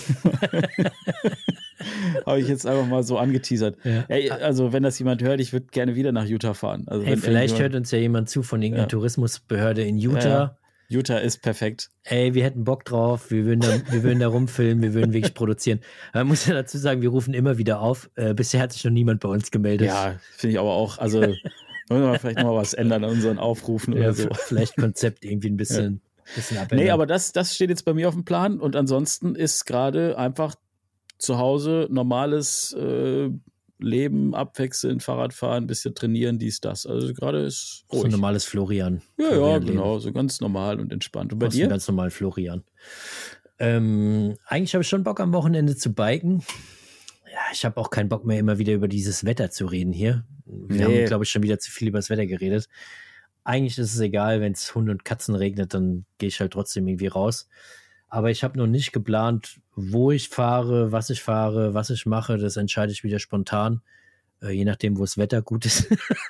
Habe ich jetzt einfach mal so angeteasert. Ja. Ey, also wenn das jemand hört, ich würde gerne wieder nach Utah fahren. Also
Ey, vielleicht hört uns ja jemand zu von irgendeiner ja. Tourismusbehörde in Utah.
Ja. Utah ist perfekt.
Ey, wir hätten Bock drauf, wir würden da, wir würden da rumfilmen, wir würden wirklich produzieren. Man muss ja dazu sagen, wir rufen immer wieder auf. Äh, bisher hat sich noch niemand bei uns gemeldet.
Ja, finde ich aber auch. Also müssen wir vielleicht nochmal was ändern an unseren Aufrufen ja, oder so.
Vielleicht Konzept irgendwie ein bisschen, ja. bisschen abändern.
Nee, aber das, das steht jetzt bei mir auf dem Plan und ansonsten ist gerade einfach zu Hause normales äh, Leben, abwechseln, Fahrradfahren, ein bisschen trainieren, dies, das. Also gerade ist ruhig.
So ein normales Florian.
Ja,
Florian
ja, genau. So ganz normal und entspannt. Und bei
Was
dir?
Ein ganz normal Florian. Ähm, eigentlich habe ich schon Bock am Wochenende zu biken. Ja, ich habe auch keinen Bock mehr, immer wieder über dieses Wetter zu reden hier. Wir nee. haben, glaube ich, schon wieder zu viel über das Wetter geredet. Eigentlich ist es egal, wenn es Hund und Katzen regnet, dann gehe ich halt trotzdem irgendwie raus. Aber ich habe noch nicht geplant, wo ich fahre, was ich fahre, was ich mache. Das entscheide ich wieder spontan. Äh, je nachdem, wo das Wetter gut ist.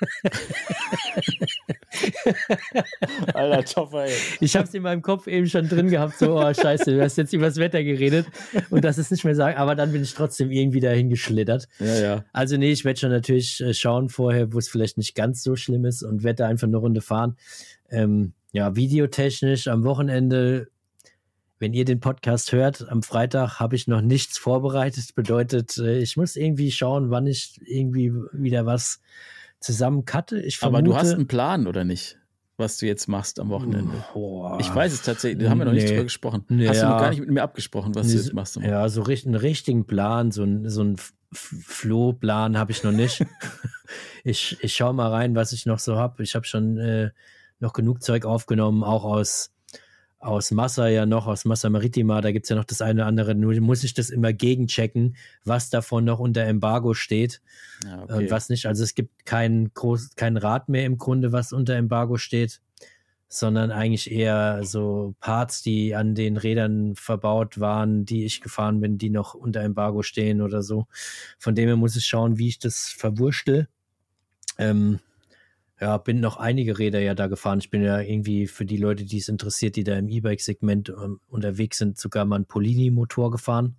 Alter, Toffer, ey.
Ich habe es in meinem Kopf eben schon drin gehabt, so, oh scheiße, du hast jetzt über das Wetter geredet und das ist nicht mehr sagen, aber dann bin ich trotzdem irgendwie dahin geschlittert.
Ja, ja.
Also nee, ich werde schon natürlich schauen vorher, wo es vielleicht nicht ganz so schlimm ist und werde einfach eine Runde fahren. Ähm, ja, videotechnisch am Wochenende, wenn ihr den Podcast hört, am Freitag habe ich noch nichts vorbereitet. Bedeutet, ich muss irgendwie schauen, wann ich irgendwie wieder was zusammen cutte. Ich vermute,
aber du hast einen Plan, oder nicht? Was du jetzt machst am Wochenende.
Oh,
ich weiß es tatsächlich, da haben wir noch
nee,
nicht drüber gesprochen.
Nee,
hast du
ja.
noch gar nicht mit mir abgesprochen, was nee, du jetzt machst?
Ja, so richtig, einen richtigen Plan, so, ein, so einen Flohplan habe ich noch nicht. ich, ich schaue mal rein, was ich noch so habe. Ich habe schon äh, noch genug Zeug aufgenommen, auch aus aus Massa ja noch, aus Massa Maritima, da gibt es ja noch das eine oder andere, nur muss ich das immer gegenchecken, was davon noch unter Embargo steht ja, okay. und was nicht. Also es gibt kein, groß, kein Rad mehr im Grunde, was unter Embargo steht, sondern eigentlich eher so Parts, die an den Rädern verbaut waren, die ich gefahren bin, die noch unter Embargo stehen oder so. Von dem her muss ich schauen, wie ich das verwurstel. Ähm, Ja, bin noch einige Räder ja da gefahren. Ich bin ja irgendwie für die Leute, die es interessiert, die da im E-Bike-Segment ähm, unterwegs sind, sogar mal einen Polini-Motor gefahren.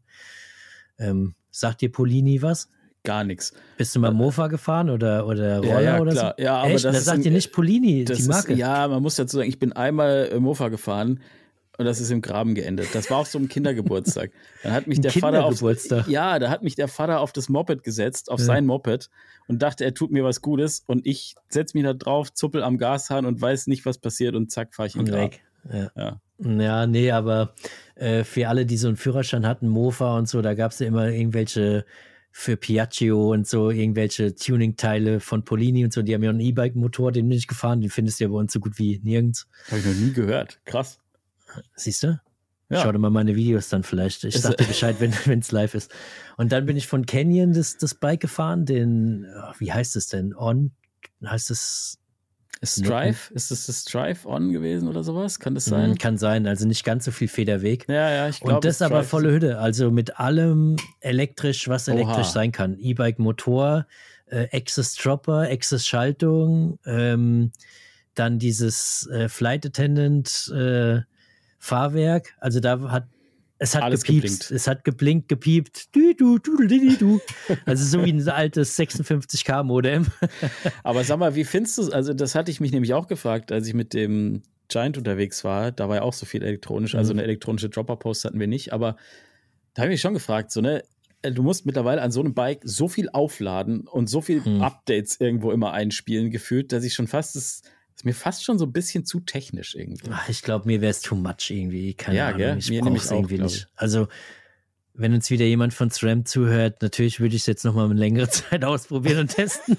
Ähm, sagt dir Polini was?
Gar nichts.
Bist du mal Mofa gefahren oder, oder Roller
ja, ja,
oder
klar.
so?
Ja, aber
Echt?
das,
das sagt dir nicht Polini, die Marke.
Ist, ja, man muss dazu sagen, ich bin einmal äh, Mofa gefahren. Und das ist im Graben geendet. Das war auf so einem Kindergeburtstag. Dann hat mich der Vater auf, ja, da hat mich der Vater auf das Moped gesetzt, auf ja. sein Moped und dachte, er tut mir was Gutes und ich setze mich da drauf, zuppel am Gashahn und weiß nicht, was passiert und zack, fahre ich in den Grab.
Ja. Ja. ja, nee, aber äh, für alle, die so einen Führerschein hatten, Mofa und so, da gab es ja immer irgendwelche für Piaggio und so, irgendwelche Tuning-Teile von Polini und so, die haben ja einen E-Bike-Motor, den bin ich gefahren, den findest du ja bei uns so gut wie nirgends.
Habe ich noch nie gehört. Krass.
Siehst du? Ja. Schau dir mal meine Videos dann vielleicht. Ich sag dir Bescheid, wenn es live ist. Und dann bin ich von Canyon das, das Bike gefahren, den, wie heißt es denn? On? Heißt es?
Strive? Ist das das Strive On gewesen oder sowas? Kann das sein?
Mm, kann sein, also nicht ganz so viel Federweg.
Ja, ja, ich glaube.
Und das aber volle Hütte, also mit allem elektrisch, was elektrisch Oha. sein kann. E-Bike-Motor, äh, Access Dropper, Access Schaltung, ähm, dann dieses äh, Flight Attendant, äh, Fahrwerk, also da hat es hat
Alles
gepiepst,
geblinkt.
es hat geblinkt, gepiept, du, du, du, du, du, du. Also so wie ein altes sechsundfünfzig K Modem.
Aber sag mal, wie findest du, also das hatte ich mich nämlich auch gefragt, als ich mit dem Giant unterwegs war, da war ja auch so viel elektronisch, also eine elektronische Dropper-Post hatten wir nicht, aber da habe ich mich schon gefragt, so ne, du musst mittlerweile an so einem Bike so viel aufladen und so viel hm. Updates irgendwo immer einspielen, gefühlt, dass ich schon fast das Ist mir fast schon so ein bisschen zu technisch irgendwie.
Ach, ich glaube, mir wäre es too much irgendwie. Keine
Ja,
Ahnung.
gell?
Ich
Mir
brauche
nämlich
es
auch,
irgendwie
glaub
nicht. Also, wenn uns wieder jemand von SRAM zuhört, natürlich würde ich es jetzt nochmal eine längere Zeit ausprobieren und testen.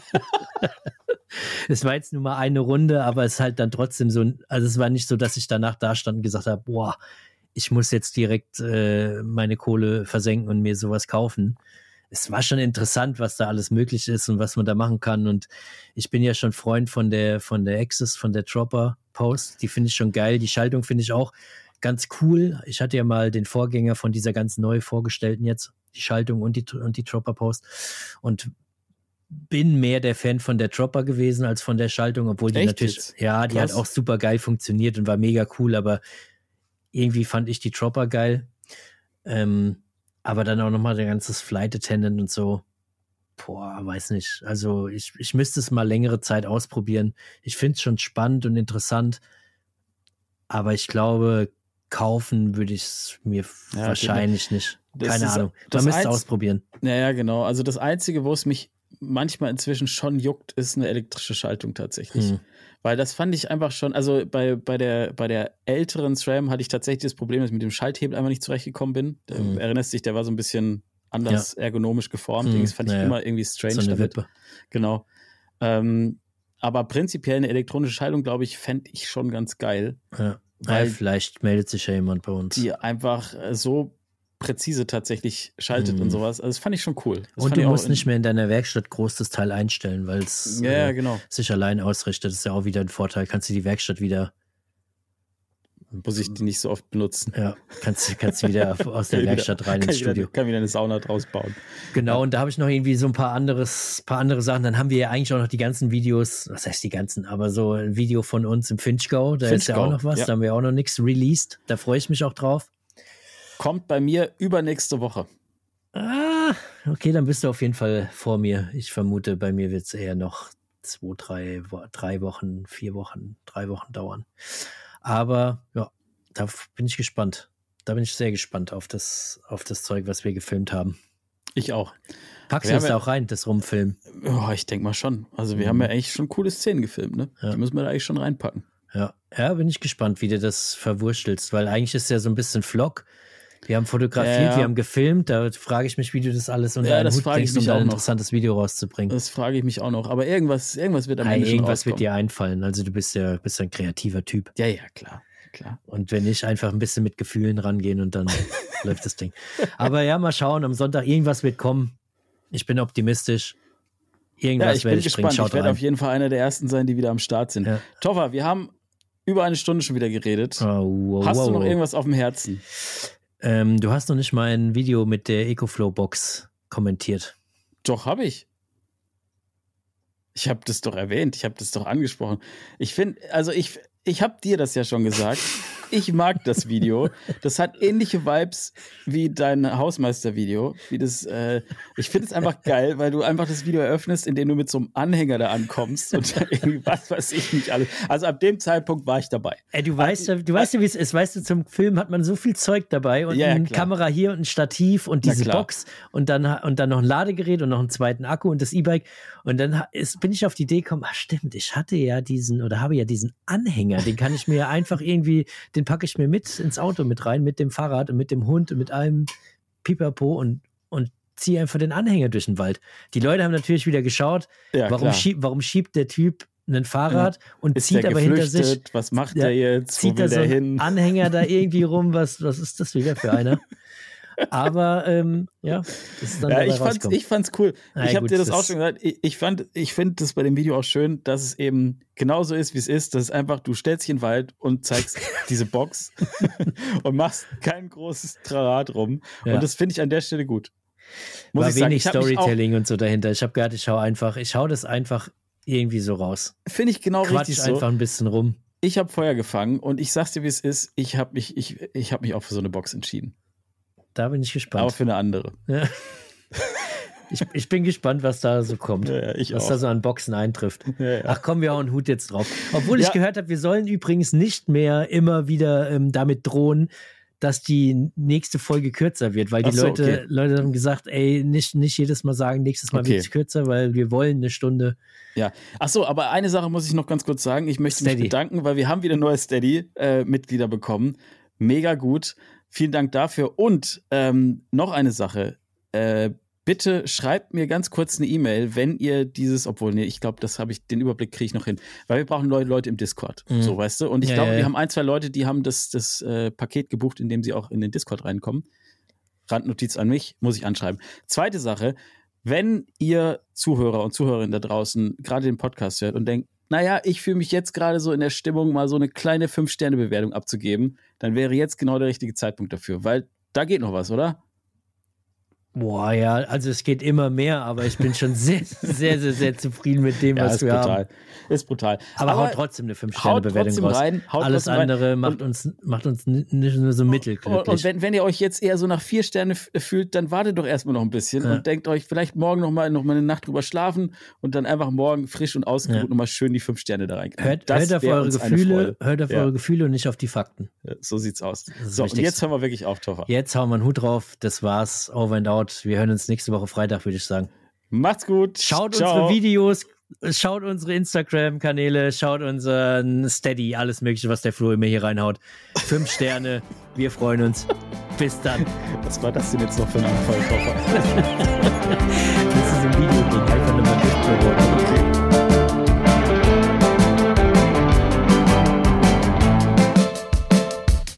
Es war jetzt nur mal eine Runde, aber es ist halt dann trotzdem so, also es war nicht so, dass ich danach da stand und gesagt habe, boah, ich muss jetzt direkt äh, meine Kohle versenken und mir sowas kaufen. Es war schon interessant, was da alles möglich ist und was man da machen kann. Und ich bin ja schon Freund von der, von der Axis, von der Dropper Post. Die finde ich schon geil. Die Schaltung finde ich auch ganz cool. Ich hatte ja mal den Vorgänger von dieser ganz neu vorgestellten jetzt, die Schaltung und die, und die Dropper Post. Und bin mehr der Fan von der Dropper gewesen als von der Schaltung, obwohl die
Echt
natürlich,
jetzt?
ja, die
Krass.
hat auch super geil funktioniert und war mega cool, aber irgendwie fand ich die Dropper geil. Ähm, aber dann auch nochmal der ganze Flight Attendant und so. Boah, weiß nicht. Also ich, ich müsste es mal längere Zeit ausprobieren. Ich finde es schon spannend und interessant, aber ich glaube, kaufen würde ich es mir
Ja,
wahrscheinlich nicht.
das
Keine
ist-
Ahnung.
das
Man müsste es
Einz-
ausprobieren.
Naja, genau. Also das Einzige, wo es mich manchmal inzwischen schon juckt, ist eine elektrische Schaltung tatsächlich.
Hm.
Weil das fand ich einfach schon, also bei, bei, der, bei der älteren SRAM hatte ich tatsächlich das Problem, dass ich mit dem Schalthebel einfach nicht zurechtgekommen bin. Da
Mhm.
erinnerst dich, der war so ein bisschen anders ergonomisch geformt.
Mhm,
Das fand ich
naja.
immer irgendwie strange
So eine
damit.
Wippe.
Genau. Ähm, aber prinzipiell eine elektronische Schaltung, glaube ich, fände ich schon ganz geil,
Ja.
Weil-
ja, vielleicht meldet sich ja jemand bei uns.
die einfach äh, so präzise tatsächlich schaltet
Mhm.
und sowas. Also das fand ich schon cool. Das
Und
fand
du
ich auch
musst
in-
nicht mehr in deiner Werkstatt groß das Teil einstellen, weil es
Ja, ja,
äh,
genau.
sich allein ausrichtet. Das ist ja auch wieder ein Vorteil. Kannst du die Werkstatt wieder,
Muss ich die nicht so oft benutzen.
ja, kannst, kannst du wieder aus der
Kann ich
Werkstatt
wieder,
rein
kann
ins
ich wieder,
Studio.
Kann wieder eine Sauna draus bauen.
Genau,
Ja.
und da habe ich noch irgendwie so ein paar anderes, paar andere Sachen. Dann haben wir ja eigentlich auch noch die ganzen Videos, was heißt die ganzen, aber so ein Video von uns im Finchgau, da ist ja
Finchgau,
auch noch was,
ja.
da haben wir auch noch nichts released. Da freue ich mich auch drauf.
Kommt bei mir übernächste Woche.
Ah, okay, dann bist du auf jeden Fall vor mir. Ich vermute, bei mir wird es eher noch zwei, drei, Wo- drei Wochen, vier Wochen, drei Wochen dauern. Aber ja, da f- bin ich gespannt. Da bin ich sehr gespannt auf das, auf das Zeug, was wir gefilmt haben.
Ich auch.
Packst
Wir
du es
haben
da
ja-
auch rein, das Rumfilmen?
Oh, ich denke mal schon. Also wir
Mhm.
haben ja eigentlich schon coole Szenen gefilmt, ne?
Ja.
Die müssen wir da eigentlich schon reinpacken.
Ja, ja, bin ich gespannt, wie du das verwurstelst, weil eigentlich ist ja so ein bisschen Vlog. Wir haben fotografiert,
Ja.
wir haben gefilmt, da frage ich mich, wie du das alles unter
Ja,
einen
das
Hut
frage ich
bringst, um
mich
da
auch
ein
noch.
interessantes Video rauszubringen.
Das frage ich mich auch noch. Aber irgendwas, irgendwas wird am
Ja,
Ende schon
irgendwas wird
rauskommen.
dir einfallen. Also du bist ja, bist ja ein kreativer Typ.
Ja, ja, klar. klar.
Und wenn nicht, einfach ein bisschen mit Gefühlen rangehen und dann läuft das Ding. Aber ja, mal schauen, am Sonntag irgendwas wird kommen. Ich bin optimistisch.
Ja,
Irgendwas
ich bin
werde ich bringen.
gespannt.
Schaut
Ich werde
rein.
auf jeden Fall einer der Ersten sein, die wieder am Start sind.
Ja.
Toffer, wir haben über eine Stunde schon wieder geredet.
Oh, wow,
Hast
wow,
du noch
wow.
irgendwas auf dem Herzen?
Ähm, du hast noch nicht mein Video mit der EcoFlow-Box kommentiert.
Doch, habe ich. Ich habe das doch erwähnt. Ich habe das doch angesprochen. Ich finde, also ich, ich habe dir das ja schon gesagt. Ich mag das Video. Das hat ähnliche Vibes wie dein Hausmeister-Video. Wie das, äh, ich finde es einfach geil, weil du einfach das Video eröffnest, indem du mit so einem Anhänger da ankommst und irgendwie was weiß ich nicht alles. Also ab dem Zeitpunkt war ich dabei.
Ey, du weißt ja, du weißt ja, wie es ist. Weißt du, zum Film hat man so viel Zeug dabei und
Ja, ja,
eine
klar.
Kamera hier und ein Stativ und
Na
diese
klar.
Box und dann, und dann noch ein Ladegerät und noch einen zweiten Akku und das E-Bike. Und dann ha- ist, bin ich auf die Idee gekommen, ach stimmt, ich hatte ja diesen oder habe ja diesen Anhänger, den kann ich mir ja einfach irgendwie, den packe ich mir mit ins Auto mit rein, mit dem Fahrrad und mit dem Hund und mit allem Pipapo und, und ziehe einfach den Anhänger durch den Wald. Die Leute haben natürlich wieder geschaut,
Ja,
warum,
klar.
schieb, warum schiebt der Typ ein Fahrrad und
Ist
zieht
der
aber hinter
geflüchtet?
sich,
Was macht
Ja,
der jetzt? Wo
zieht
will
da so
der
ein
hin?
Anhänger da irgendwie rum, was, was ist das wieder für einer? Aber ähm, ja, das ist dann
Ja,
dabei
ich fand's,
rausgekommen.
ich fand's cool.
Na
ich habe
gut,
dir das,
das-
auch schon gesagt. Ich, ich, fand, ich finde das bei dem Video auch schön, dass es eben genauso ist, wie es ist. Das ist einfach, du stellst dich in den Wald und zeigst diese Box und machst kein großes Trarat rum.
Ja.
Und das finde ich an der Stelle gut. Muss
War
ich sagen.
wenig
Ich hab mich auch,
Storytelling und so dahinter. Ich habe gedacht, ich schau einfach, ich schau das einfach irgendwie so raus.
finde ich genau
Quatsch
richtig
einfach
so.
ein bisschen rum.
Ich habe Feuer gefangen und ich sag's dir, wie es ist. Ich habe mich, ich, ich hab mich auch für so eine Box entschieden.
Da bin ich
Aber
gespannt.
für eine andere.
Ja. Ich, ich bin gespannt, was da so kommt.
Ja, ja, ich
was
auch.
da so an Boxen eintrifft.
Ja, ja.
Ach komm, wir hauen einen Hut jetzt drauf. Obwohl ich
Ja.
gehört habe, wir sollen übrigens nicht mehr immer wieder ähm, damit drohen, dass die nächste Folge kürzer wird, weil die
so,
Leute,
okay.
Leute haben gesagt, ey, nicht, nicht jedes Mal sagen, nächstes Mal
Okay.
wird es kürzer, weil wir wollen eine Stunde.
Ja. Ach so, aber eine Sache muss ich noch ganz kurz sagen. Ich möchte
Steady.
mich bedanken, weil wir haben wieder neue Steady-Mitglieder bekommen. Mega gut. Vielen Dank dafür. Und ähm, noch eine Sache. Äh, bitte schreibt mir ganz kurz eine E-Mail, wenn ihr dieses, obwohl, nee, ich glaube, das habe ich, den Überblick kriege ich noch hin. Weil wir brauchen Leute, Leute im Discord.
Mhm.
So, weißt du? Und ich
Ja,
glaube,
ja,
wir
ja.
haben ein, zwei Leute, die haben das, das äh, Paket gebucht, in dem sie auch in den Discord reinkommen. Randnotiz an mich, muss ich anschreiben. Zweite Sache, wenn ihr Zuhörer und Zuhörerinnen da draußen gerade den Podcast hört und denkt, naja, ich fühle mich jetzt gerade so in der Stimmung, mal so eine kleine fünf Sterne Bewertung abzugeben, dann wäre jetzt genau der richtige Zeitpunkt dafür, weil da geht noch was, oder?
Boah, ja, also es geht immer mehr, aber ich bin schon sehr, sehr, sehr, sehr zufrieden mit dem,
Ja,
was
ist
wir
brutal.
haben.
Ist brutal.
Aber, haut trotzdem eine fünf Sterne
haut
Bewertung
trotzdem
raus.
rein, haut
Alles
trotzdem rein.
andere macht uns, macht uns n- nicht nur so mittelglücklich.
Und, und wenn, wenn ihr euch jetzt eher so nach vier Sterne f- fühlt, dann wartet doch erstmal noch ein bisschen
Ja.
und denkt euch vielleicht morgen noch mal, noch mal eine Nacht drüber schlafen und dann einfach morgen frisch und ausgeruht
Ja.
nochmal schön die fünf Sterne da rein.
hört,
Das
hört auf
wär
eure
uns eine
Gefühle,
Freude.
hört auf
Ja.
eure Gefühle und nicht auf die Fakten.
Ja, so sieht's aus.
ist das
So, und
Wichtigste.
jetzt hören wir wirklich auf, Toffer.
Jetzt hauen wir einen Hut drauf. Das war's. Over and out. Wir hören uns nächste Woche Freitag, würde ich sagen.
Macht's gut.
Schaut
Ciao.
unsere Videos, schaut unsere Instagram-Kanäle, schaut unseren Steady, alles Mögliche, was der Flo immer hier reinhaut. Fünf Sterne. Wir freuen uns. Bis dann.
Was war das denn jetzt noch für ein Anfall, Toffer?
Das ist ein Video, einfach nur mal durchprobieren.